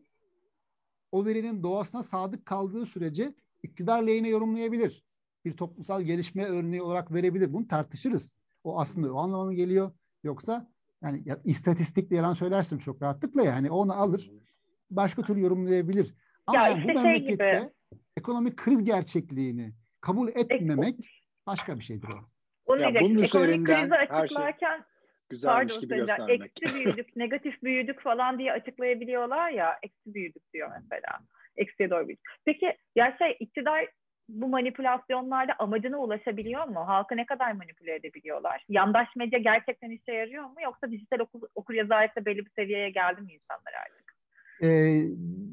o verinin doğasına sadık kaldığı sürece iktidar lehine yorumlayabilir. Bir toplumsal gelişme örneği olarak verebilir. Bunu tartışırız. O aslında o anlamına geliyor. Yoksa yani ya, istatistikle yalan söylersin çok rahatlıkla yani onu alır başka türlü yorumlayabilir. Ama Ya yani bu işte şey gibi memlekette ekonomik kriz gerçekliğini kabul etmemek başka bir şeydir o. onu Ya bunun diyecektim. Ekonomik krizi üzerinden her şey açıklarken güzelmiş pardon gibi söyleyeceğim. göstermek. Eksi büyüdük, negatif büyüdük falan diye açıklayabiliyorlar ya. Eksi büyüdük diyor mesela. Eksiye doğru büyüdük. Peki ya şey iktidar bu manipülasyonlarda amacına ulaşabiliyor mu? Halkı ne kadar manipüle edebiliyorlar? Yandaş medya gerçekten işe yarıyor mu? Yoksa dijital okur, okuryazarlıkla belli bir seviyeye geldi mi insanlar artık? Ee,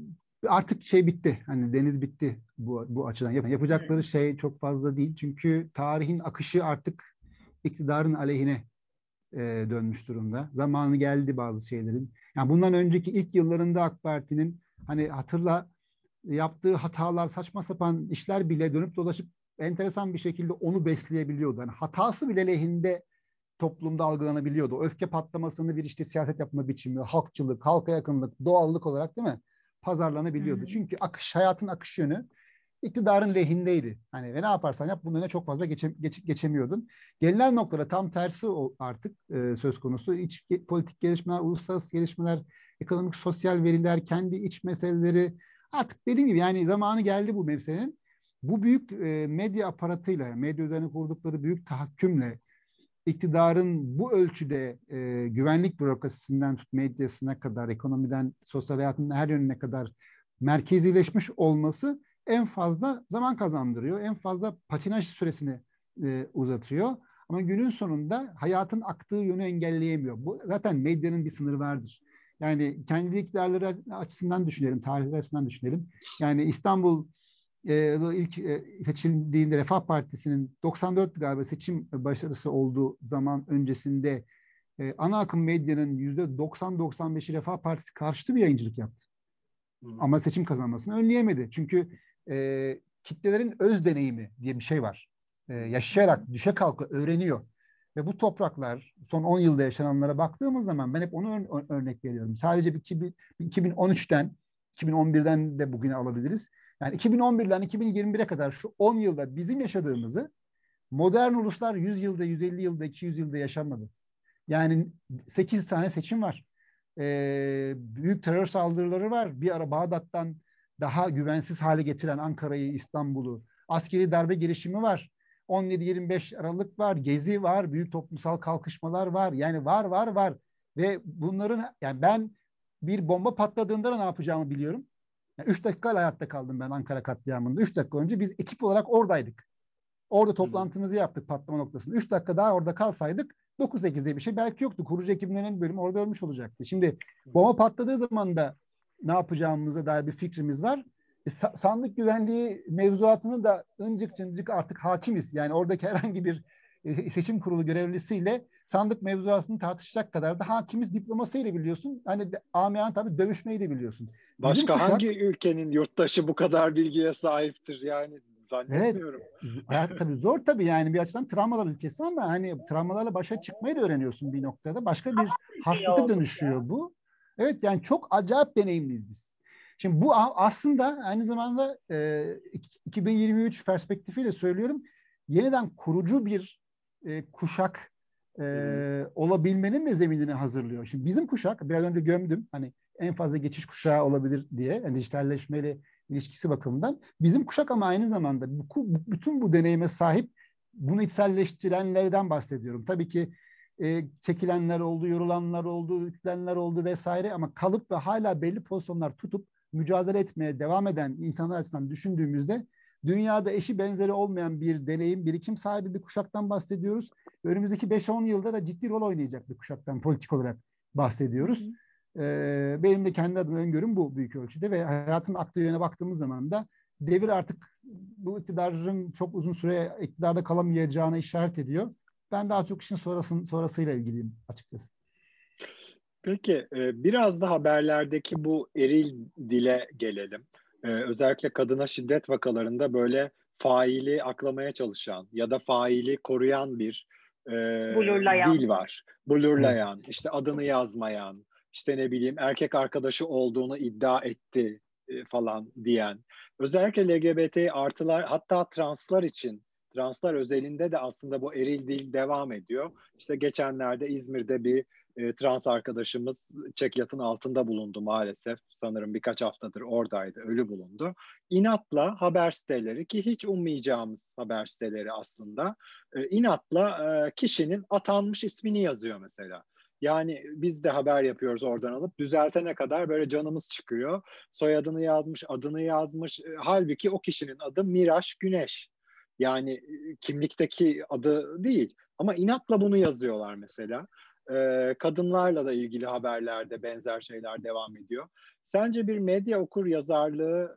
artık şey bitti. Hani deniz bitti bu, bu açıdan. Yap- Yapacakları Hmm. şey çok fazla değil. Çünkü tarihin akışı artık iktidarın aleyhine e, dönmüş durumda. Zamanı geldi bazı şeylerin. Yani bundan önceki ilk yıllarında AK Parti'nin hani hatırla yaptığı hatalar, saçma sapan işler bile dönüp dolaşıp enteresan bir şekilde onu besleyebiliyordu. Yani hatası bile lehinde toplumda algılanabiliyordu. O öfke patlamasını bir işte siyaset yapma biçimi, halkçılık, halka yakınlık, doğallık olarak değil mi? Hı Pazarlanabiliyordu. hı. Çünkü akış, hayatın akış yönü iktidarın lehindeydi. Hani ve ne yaparsan yap bunun önüne çok fazla geçe, geç, geçemiyordun. Gelinen noktada tam tersi o artık e, söz konusu. İç ge- politik gelişmeler, uluslararası gelişmeler, ekonomik sosyal veriler, kendi iç meseleleri artık dediğim gibi yani zamanı geldi bu meselenin. Bu büyük e, medya aparatıyla, medya üzerine kurdukları büyük tahakkümle iktidarın bu ölçüde e, güvenlik bürokrasisinden tut medyasına kadar, ekonomiden sosyal hayatın her yönüne kadar merkezileşmiş olması en fazla zaman kazandırıyor. En fazla patinaj süresini e, uzatıyor. Ama günün sonunda hayatın aktığı yönü engelleyemiyor. Bu zaten medyanın bir sınırı vardır. Yani kendi iktidarları açısından düşünelim, tarihler açısından düşünelim. Yani İstanbul e, ilk e, seçildiğinde Refah Partisi'nin doksan dört galiba seçim başarısı olduğu zaman öncesinde e, ana akım medyanın yüzde doksan doksan beşi Refah Partisi karşıtı bir yayıncılık yaptı. Hmm. Ama seçim kazanmasını önleyemedi. Çünkü e, kitlelerin öz deneyimi diye bir şey var. E, yaşayarak, düşe kalka öğreniyor. Ve bu topraklar son on yılda yaşananlara baktığımız zaman ben hep onu ör- örnek veriyorum. Sadece bir iki bin on üçten iki bin on birden de bugüne alabiliriz. Yani iki bin on birden iki bin yirmi bire kadar şu on yılda bizim yaşadığımızı modern uluslar yüz yılda, yüz elli yılda, iki yüz yılda yaşamadı. Yani sekiz tane seçim var. Ee, büyük terör saldırıları var. Bir ara Bağdat'tan daha güvensiz hale getiren Ankara'yı, İstanbul'u. Askeri darbe girişimi var. on yedi yirmi beş Aralık var. Gezi var. Büyük toplumsal kalkışmalar var. Yani var var var. Ve bunların yani ben bir bomba patladığında da ne yapacağımı biliyorum. Yani üç dakika hayatta kaldım ben Ankara katliamında. Üç dakika önce biz ekip olarak oradaydık. Orada toplantımızı yaptık patlama noktasında. Üç dakika daha orada kalsaydık dokuz sekiz diye bir şey belki yoktu. Kurucu ekibinin bölümü orada ölmüş olacaktı. Şimdi bomba patladığı zaman da ne yapacağımıza dair bir fikrimiz var. E, sandık güvenliği mevzuatını da ıncık cıncık artık hakimiz. Yani oradaki herhangi bir e, seçim kurulu görevlisiyle sandık mevzuatını tartışacak kadar da hakimiz diplomasıyla biliyorsun. Hani de, amiyen tabii dövüşmeyi de biliyorsun. Bizim Başka hangi kuşak ülkenin yurttaşı bu kadar bilgiye sahiptir yani evet, zannetmiyorum. hayat tabii zor tabii yani bir açıdan travmalar ülkesi ama hani travmalarla başa çıkmayı da öğreniyorsun bir noktada. Başka bir İyi haslete olduk ya. dönüşüyor bu. Evet yani çok acayip deneyimliyiz biz. Şimdi bu aslında aynı zamanda e, iki bin yirmi üç perspektifiyle söylüyorum, yeniden kurucu bir e, kuşak e, olabilmenin de zeminini hazırlıyor. Şimdi bizim kuşak, biraz önce gömdüm, hani en fazla geçiş kuşağı olabilir diye, yani dijitalleşmeyle ilişkisi bakımından. Bizim kuşak ama aynı zamanda bu, bütün bu deneyime sahip, bunu içselleştirenlerden bahsediyorum. Tabii ki e, çekilenler oldu, yorulanlar oldu, yüklenenler oldu vesaire, ama kalıp ve hala belli pozisyonlar tutup mücadele etmeye devam eden insanlar açısından düşündüğümüzde dünyada eşi benzeri olmayan bir deneyim, birikim sahibi bir kuşaktan bahsediyoruz. Önümüzdeki beş on yılda da ciddi rol oynayacak bir kuşaktan politik olarak bahsediyoruz. Hı hı. Ee, benim de kendi adıma öngörüm bu büyük ölçüde ve hayatın aktığı yöne baktığımız zaman da devir artık bu iktidarın çok uzun süre iktidarda kalamayacağına işaret ediyor. Ben daha çok işin sonrasın, sonrasıyla ilgiliyim açıkçası. Peki biraz da haberlerdeki bu eril dile gelelim. Özellikle kadına şiddet vakalarında böyle faili aklamaya çalışan ya da faili koruyan bir e, dil var. Blurlayan, işte adını yazmayan, işte ne bileyim erkek arkadaşı olduğunu iddia etti e, falan diyen. Özellikle L G B T artılar, hatta translar için, translar özelinde de aslında bu eril dil devam ediyor. İşte geçenlerde İzmir'de bir e, trans arkadaşımız çekyatın altında bulundu maalesef. Sanırım birkaç haftadır oradaydı, ölü bulundu. İnatla haber siteleri, ki hiç ummayacağımız haber siteleri aslında, e, inatla e, kişinin atanmış ismini yazıyor mesela. Yani biz de haber yapıyoruz oradan alıp, düzeltene kadar böyle canımız çıkıyor. Soyadını yazmış, adını yazmış. E, halbuki o kişinin adı Miraç Güneş. Yani e, kimlikteki adı değil. Ama inatla bunu yazıyorlar mesela. Ee, kadınlarla da ilgili haberlerde benzer şeyler devam ediyor. Sence bir medya okur yazarlığı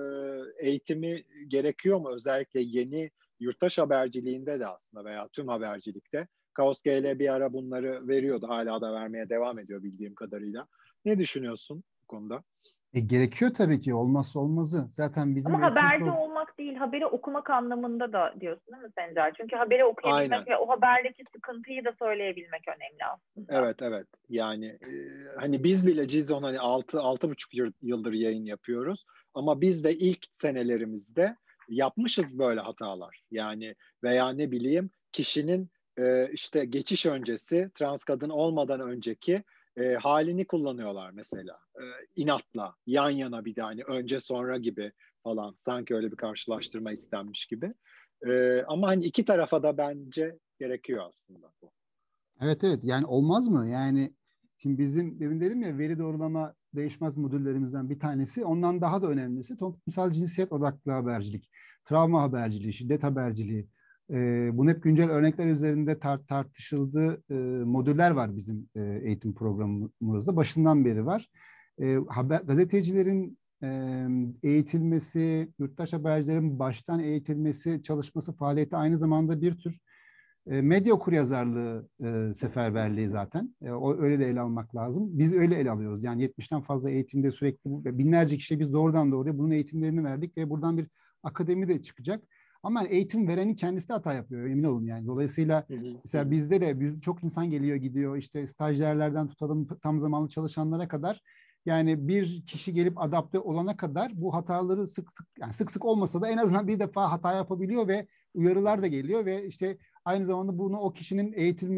e, eğitimi gerekiyor mu? Özellikle yeni yurttaş haberciliğinde de aslında, veya tüm habercilikte. Kaos G L bir ara bunları veriyordu. Hala da vermeye devam ediyor bildiğim kadarıyla. Ne düşünüyorsun bu konuda? E, gerekiyor tabii ki, olmazsa olmazı. Zaten bizim Ama haberci pro- olmak değil, haberi okumak anlamında da diyorsun değil mi Sencer? Çünkü haberi okuyabilmek Aynen. ve o haberdeki sıkıntıyı da söyleyebilmek önemli aslında. Evet evet. Yani e, hani biz bile Cizon hani altı altı buçuk yıldır yayın yapıyoruz. Ama biz de ilk senelerimizde yapmışız böyle hatalar. Yani veya ne bileyim, kişinin e, işte geçiş öncesi, trans kadın olmadan önceki e, halini kullanıyorlar mesela. E, inatla, yan yana, bir de hani önce sonra gibi falan. Sanki öyle bir karşılaştırma istenmiş gibi. E, ama hani iki tarafa da bence gerekiyor aslında bu. Evet evet, yani olmaz mı? Yani şimdi bizim, demin dedim ya, veri doğrulama değişmez modüllerimizden bir tanesi. Ondan daha da önemlisi toplumsal cinsiyet odaklı habercilik, travma haberciliği, şiddet haberciliği. Ee, bunun hep güncel örnekler üzerinde tar- tartışıldığı e, modüller var bizim e, eğitim programımızda. Başından beri var. E, haber, gazetecilerin e, eğitilmesi, yurttaş habercilerin baştan eğitilmesi çalışması, faaliyeti aynı zamanda bir tür e, medya okuryazarlığı e, seferberliği zaten. E, o öyle de ele almak lazım. Biz öyle ele alıyoruz. Yani yetmişten fazla eğitimde sürekli binlerce kişiye biz doğrudan doğruya bunun eğitimlerini verdik ve buradan bir akademi de çıkacak. Ama eğitim verenin kendisi de hata yapıyor, emin olun yani. Dolayısıyla mesela bizde de çok insan geliyor gidiyor, işte stajyerlerden tutalım tam zamanlı çalışanlara kadar. Yani bir kişi gelip adapte olana kadar bu hataları sık sık, yani sık sık olmasa da en azından bir defa hata yapabiliyor ve uyarılar da geliyor ve işte aynı zamanda bunu o kişinin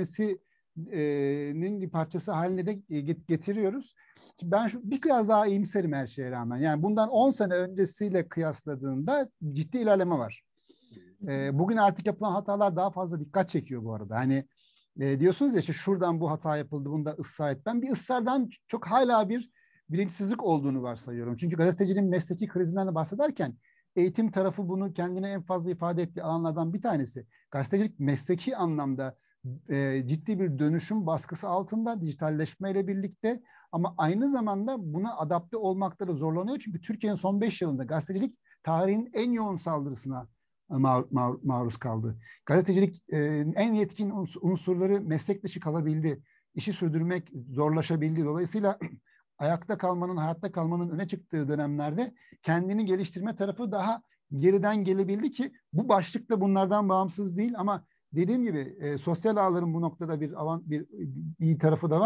eğitilmesinin bir parçası haline de getiriyoruz. Ben şu, bir biraz daha iyimserim her şeye rağmen. Yani bundan on sene öncesiyle kıyasladığında ciddi ilerleme var. Bugün artık yapılan hatalar daha fazla dikkat çekiyor bu arada. Hani diyorsunuz ya, işte şuradan bu hata yapıldı, bunda ısrar et. Ben bir ısrardan çok hala bir bilinçsizlik olduğunu varsayıyorum. Çünkü gazeteciliğin mesleki krizinden de bahsederken eğitim tarafı bunu kendine en fazla ifade ettiği alanlardan bir tanesi. Gazetecilik mesleki anlamda e, ciddi bir dönüşüm baskısı altında dijitalleşmeyle birlikte, ama aynı zamanda buna adapte olmakta da zorlanıyor. Çünkü Türkiye'nin son beş yılında gazetecilik tarihinin en yoğun saldırısına mar, mar, maruz kaldı. Gazetecilik e, en yetkin unsurları meslek dışı kalabildi. İşi sürdürmek zorlaşabildi. Dolayısıyla ayakta kalmanın, hayatta kalmanın öne çıktığı dönemlerde kendini geliştirme tarafı daha geriden gelebildi ki bu başlık da bunlardan bağımsız değil, ama dediğim gibi e, sosyal ağların bu noktada bir avant, bir iyi tarafı da var.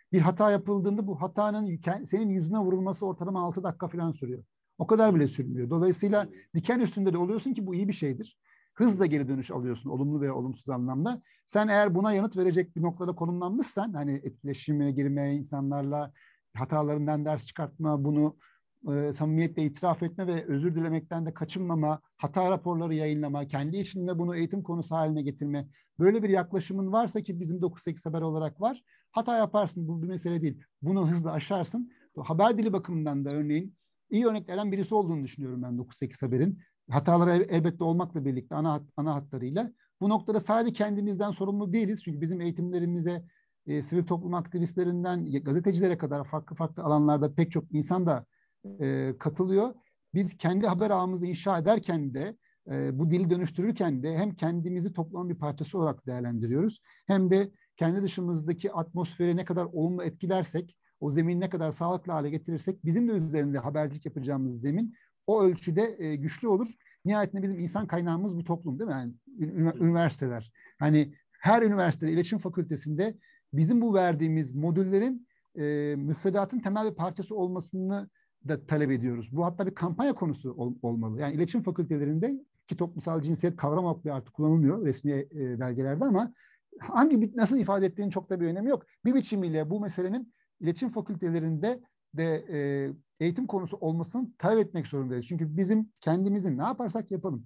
Bir hata yapıldığında bu hatanın senin yüzüne vurulması ortalama altı dakika falan sürüyor. O kadar bile sürmüyor. Dolayısıyla diken üstünde de oluyorsun ki bu iyi bir şeydir. Hızla geri dönüş alıyorsun olumlu veya olumsuz anlamda. Sen eğer buna yanıt verecek bir noktada konumlanmışsan, hani etkileşime girmeye, insanlarla hatalarından ders çıkartma, bunu e, samimiyetle itiraf etme ve özür dilemekten de kaçınmama, hata raporları yayınlama, kendi içinde bunu eğitim konusu haline getirme, böyle bir yaklaşımın varsa, ki bizim dokuz sekiz haber olarak var, hata yaparsın, bu bir mesele değil. Bunu hızla aşarsın. Haber dili bakımından da örneğin iyi örneklerden birisi olduğunu düşünüyorum ben dokuz sekiz haberin. Hataları elbette olmakla birlikte ana, hat, ana hatlarıyla. Bu noktada sadece kendimizden sorumlu değiliz. Çünkü bizim eğitimlerimize e, sivil toplum aktivistlerinden gazetecilere kadar farklı farklı alanlarda pek çok insan da e, katılıyor. Biz kendi haber ağımızı inşa ederken de e, bu dili dönüştürürken de hem kendimizi toplumun bir parçası olarak değerlendiriyoruz, hem de kendi dışımızdaki atmosferi ne kadar olumlu etkilersek, o zemini ne kadar sağlıklı hale getirirsek bizim de üzerinde habercilik yapacağımız zemin o ölçüde e, güçlü olur. Nihayetinde bizim insan kaynağımız bu toplum, değil mi? Yani üniversiteler. Hani her üniversitede, iletişim fakültesinde bizim bu verdiğimiz modüllerin e, müfredatın temel bir parçası olmasını da talep ediyoruz. Bu hatta bir kampanya konusu ol, olmalı. Yani iletişim fakültelerinde, ki toplumsal cinsiyet kavramı artık kullanılmıyor resmi e, belgelerde, ama hangi nasıl ifade ettiğinin çok da bir önemi yok. Bir biçimiyle bu meselenin iletişim fakültelerinde de e, eğitim konusu olmasını talep etmek zorundayız. Çünkü bizim kendimizin ne yaparsak yapalım,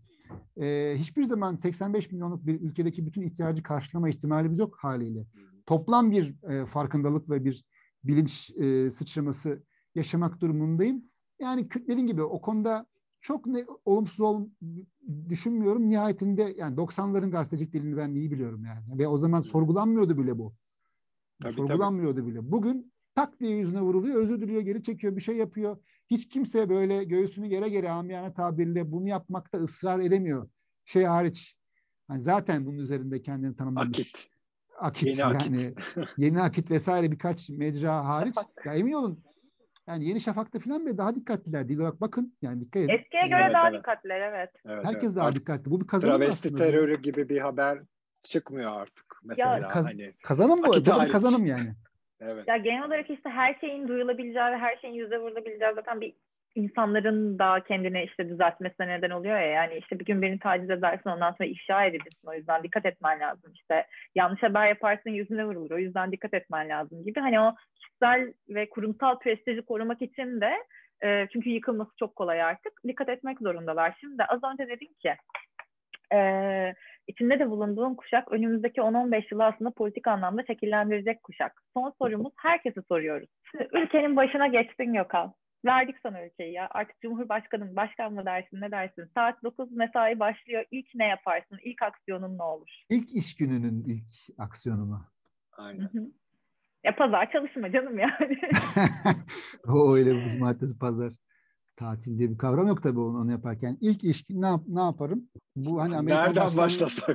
e, hiçbir zaman seksen beş milyonluk bir ülkedeki bütün ihtiyacı karşılama ihtimalimiz yok haliyle. Toplam bir e, farkındalık ve bir bilinç e, sıçraması yaşamak durumundayım. Yani Kürtlerin gibi o konuda çok ne, olumsuz ol, düşünmüyorum. Nihayetinde yani doksanların gazetecilik dilini ben iyi biliyorum yani. Ve o zaman sorgulanmıyordu bile bu. Tabii, sorgulanmıyordu tabii. bile. Bugün tak diye yüzüne vuruluyor, özür diliyor, geri çekiyor, bir şey yapıyor. Hiç kimse böyle göğsünü gere gere amiyane tabirle bunu yapmakta ısrar edemiyor. Şey hariç. Yani zaten bunun üzerinde kendini tanımlamış. Akit. Akit Yeni yani. Akit. Yeni Akit vesaire birkaç mecra hariç. Ya emin olun, yani Yeni Şafak'ta falan bile daha dikkatliler. Dil olarak bakın. Yani dikkat edin. Eskiye göre Evet, daha evet. dikkatliler, evet. Evet, Herkes evet. daha Artık dikkatli. Bu bir kazanım travesti aslında. terörü Bu, gibi bir haber çıkmıyor artık. Ya, Mesela kaz, hani kazanım bu. Bu Akit da bir hariç. kazanım yani. Evet. Ya genel olarak işte her şeyin duyulabileceği ve her şeyin yüze vurulabileceği zaten bir insanların da kendini işte düzeltmesine neden oluyor ya. Yani işte bir gün birini taciz edersin, ondan sonra ifşa edilirsin. O yüzden dikkat etmen lazım. İşte yanlış haber yaparsın, yüzüne vurulur. O yüzden dikkat etmen lazım gibi. Hani o kişisel ve kurumsal prestiji korumak için de e, çünkü yıkılması çok kolay artık. Dikkat etmek zorundalar. Şimdi az önce dedim ki Ee, içinde de bulunduğum kuşak önümüzdeki on on beş yılı aslında politik anlamda şekillendirecek kuşak. Son sorumuz, herkese soruyoruz. Şimdi ülkenin başına geçtin Gökhan. Verdik sana ülkeyi ya. Artık Cumhurbaşkanı, başkan mı dersin, ne dersin? Saat dokuz mesai başlıyor. İlk ne yaparsın? İlk aksiyonun ne olur? İlk iş gününün ilk aksiyonu mu? Aynen. Hı hı. Ya pazar çalışma canım yani. O öyle bir cumartesi pazar tatil diye bir kavram yok tabii onu, onu yaparken. İlk iş ne, yap, ne yaparım? Bu hani Amerikan Nereden başkan başlasak?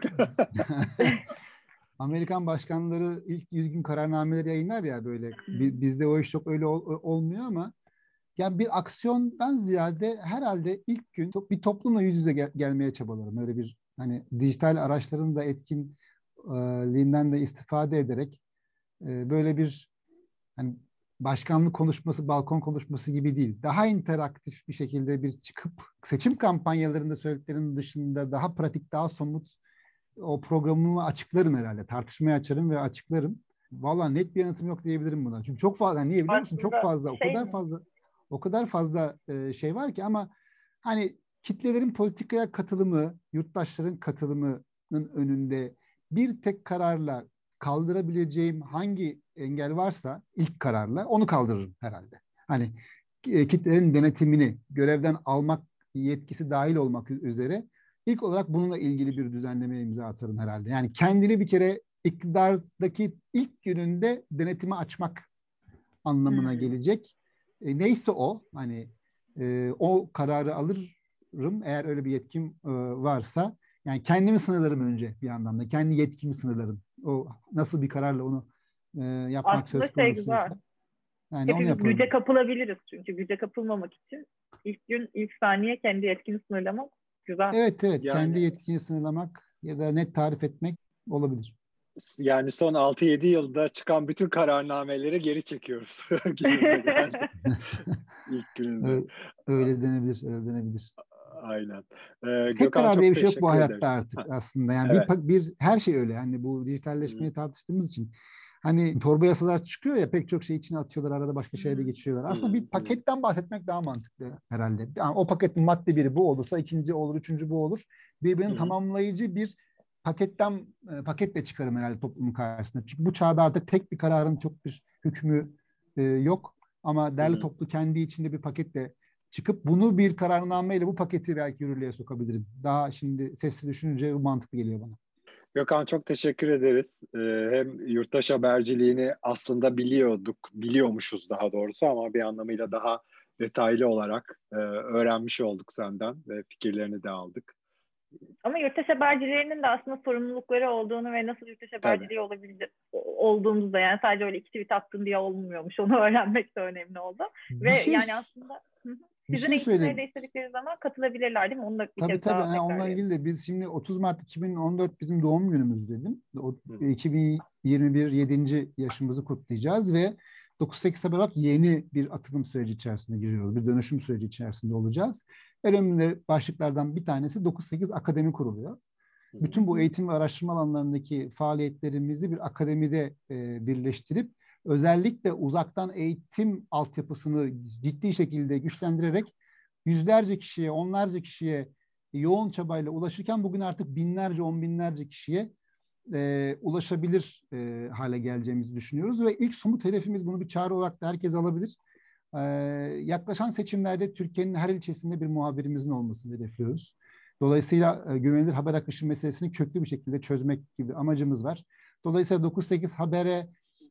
Amerikan başkanları ilk yüz gün kararnameleri yayınlar ya böyle. Bizde o iş çok öyle ol, olmuyor ama yani bir aksiyondan ziyade herhalde ilk gün bir toplumla yüz yüze gel- gelmeye çabalarım. Öyle bir hani dijital araçların da etkinliğinden de istifade ederek e, böyle bir hani başkanlık konuşması, balkon konuşması gibi değil. Daha interaktif bir şekilde bir çıkıp seçim kampanyalarında söylediklerinin dışında daha pratik, daha somut o programımı açıklarım herhalde. Tartışmaya açarım ve açıklarım. Vallahi net bir yanıtım yok diyebilirim buna. Çünkü çok fazla, niye biliyor musun? Çok Aslında fazla, o şey kadar mi? fazla, o kadar fazla e, şey var ki, ama hani kitlelerin politikaya katılımı, yurttaşların katılımının önünde bir tek kararla kaldırabileceğim hangi engel varsa ilk kararla onu kaldırırım herhalde. Hani e, kitlelerin denetimini görevden almak yetkisi dahil olmak üzere ilk olarak bununla ilgili bir düzenlemeye imza atarım herhalde. Yani kendini bir kere iktidardaki ilk gününde denetime açmak anlamına Hmm. gelecek. E, neyse o hani e, o kararı alırım eğer öyle bir yetkim e, varsa. Yani kendimi sınırlarım önce bir yandan da. Kendi yetkimi sınırlarım. O nasıl bir kararla onu e, yapmak Aslında söz şey güzel. konusuysa. Yani onu Hepimiz güce yaparım. kapılabiliriz çünkü güce kapılmamak için ilk gün, ilk saniye kendi yetkini sınırlamak güzel. Evet evet, kendi Yani yetkini sınırlamak ya da net tarif etmek olabilir. yani son altı yedi yılda çıkan bütün kararnameleri geri çekiyoruz. Gibi geldi. İlk gününde. Öyle, öyle denebilir, öyle denebilir. Aynen. Ee, Tek Gökhan karar diye çok bir şey yok bu teşekkür ederim. hayatta artık Ha, aslında. Yani evet. bir, bir her şey öyle. Hani bu dijitalleşmeyi tartıştığımız için. Hani torba yasalar çıkıyor ya, pek çok şey içine atıyorlar, arada başka şeye de geçiriyorlar. Aslında bir paketten bahsetmek daha mantıklı herhalde. Yani o paketin madde biri bu olursa ikinci olur, üçüncü bu olur. Birbirini tamamlayıcı bir paketten paketle çıkarım herhalde toplumun karşısına. Çünkü bu çağda artık tek bir kararın çok bir hükmü e, yok. Ama derli toplu kendi içinde bir paketle çıkıp bunu bir kararnameyle bu paketi belki yürürlüğe sokabilirim. Daha şimdi sesli düşününce bu mantıklı geliyor bana. Gökhan çok teşekkür ederiz. Ee, hem yurttaş haberciliğini aslında biliyorduk, biliyormuşuz daha doğrusu ama bir anlamıyla daha detaylı olarak e, öğrenmiş olduk senden ve fikirlerini de aldık. Ama yurttaş habercilerinin de aslında sorumlulukları olduğunu ve nasıl yurttaş haberciliği olabildi, olduğumuzu da, yani sadece öyle iki tweet attın diye olmuyormuş, onu öğrenmek de önemli oldu. Bir ve şey, yani aslında sizin şey eğitimleri de istedikleri zaman katılabilirler değil mi? Onu da bir tabii kez tabii. daha Ha, onunla ilgili de biz şimdi otuz Mart iki bin on dört bizim doğum günümüz dedim. O, iki bin yirmi bir yedinci yaşımızı kutlayacağız ve dokuz sekiz haber olarak yeni bir atılım süreci içerisinde giriyoruz. Bir dönüşüm süreci içerisinde olacağız. En önemli başlıklardan bir tanesi dokuz sekiz Akademi kuruluyor. Bütün bu eğitim ve araştırma alanlarındaki faaliyetlerimizi bir akademide e, birleştirip özellikle uzaktan eğitim altyapısını ciddi şekilde güçlendirerek yüzlerce kişiye, onlarca kişiye yoğun çabayla ulaşırken bugün artık binlerce, on binlerce kişiye e, ulaşabilir e, hale geleceğimizi düşünüyoruz ve ilk somut hedefimiz, bunu bir çağrı olarak da herkes alabilir. E, yaklaşan seçimlerde Türkiye'nin her ilçesinde bir muhabirimizin olmasını hedefliyoruz. Dolayısıyla e, güvenilir haber akışı meselesini köklü bir şekilde çözmek gibi amacımız var. Dolayısıyla dokuz sekiz habere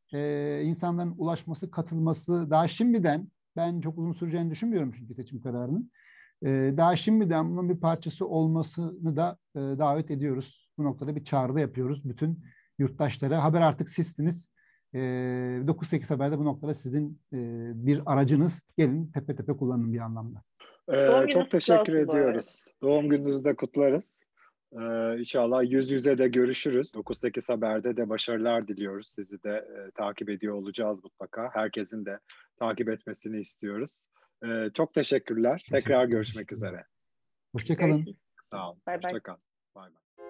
e, insanların ulaşması, katılması daha şimdiden, ben çok uzun süreceğini düşünmüyorum çünkü seçim kararının. E, daha şimdiden bunun bir parçası olmasını da e, davet ediyoruz. Bu noktada bir çağrı da yapıyoruz bütün yurttaşlara. Haber artık sizsiniz. E, dokuz sekiz Haber'de bu noktada sizin e, bir aracınız. Gelin tepe tepe kullanın bir anlamda. Ee, çok teşekkür ediyoruz. Doğum gününüzü de kutlarız. Ee, İnşallah yüz yüze de görüşürüz. dokuz sekiz Haber'de de başarılar diliyoruz. Sizi de e, takip ediyor olacağız mutlaka. Herkesin de takip etmesini istiyoruz. Ee, çok teşekkürler. Tekrar görüşmek üzere. Hoşçakalın. Sağ olun. Hoşçakalın. Bay bay.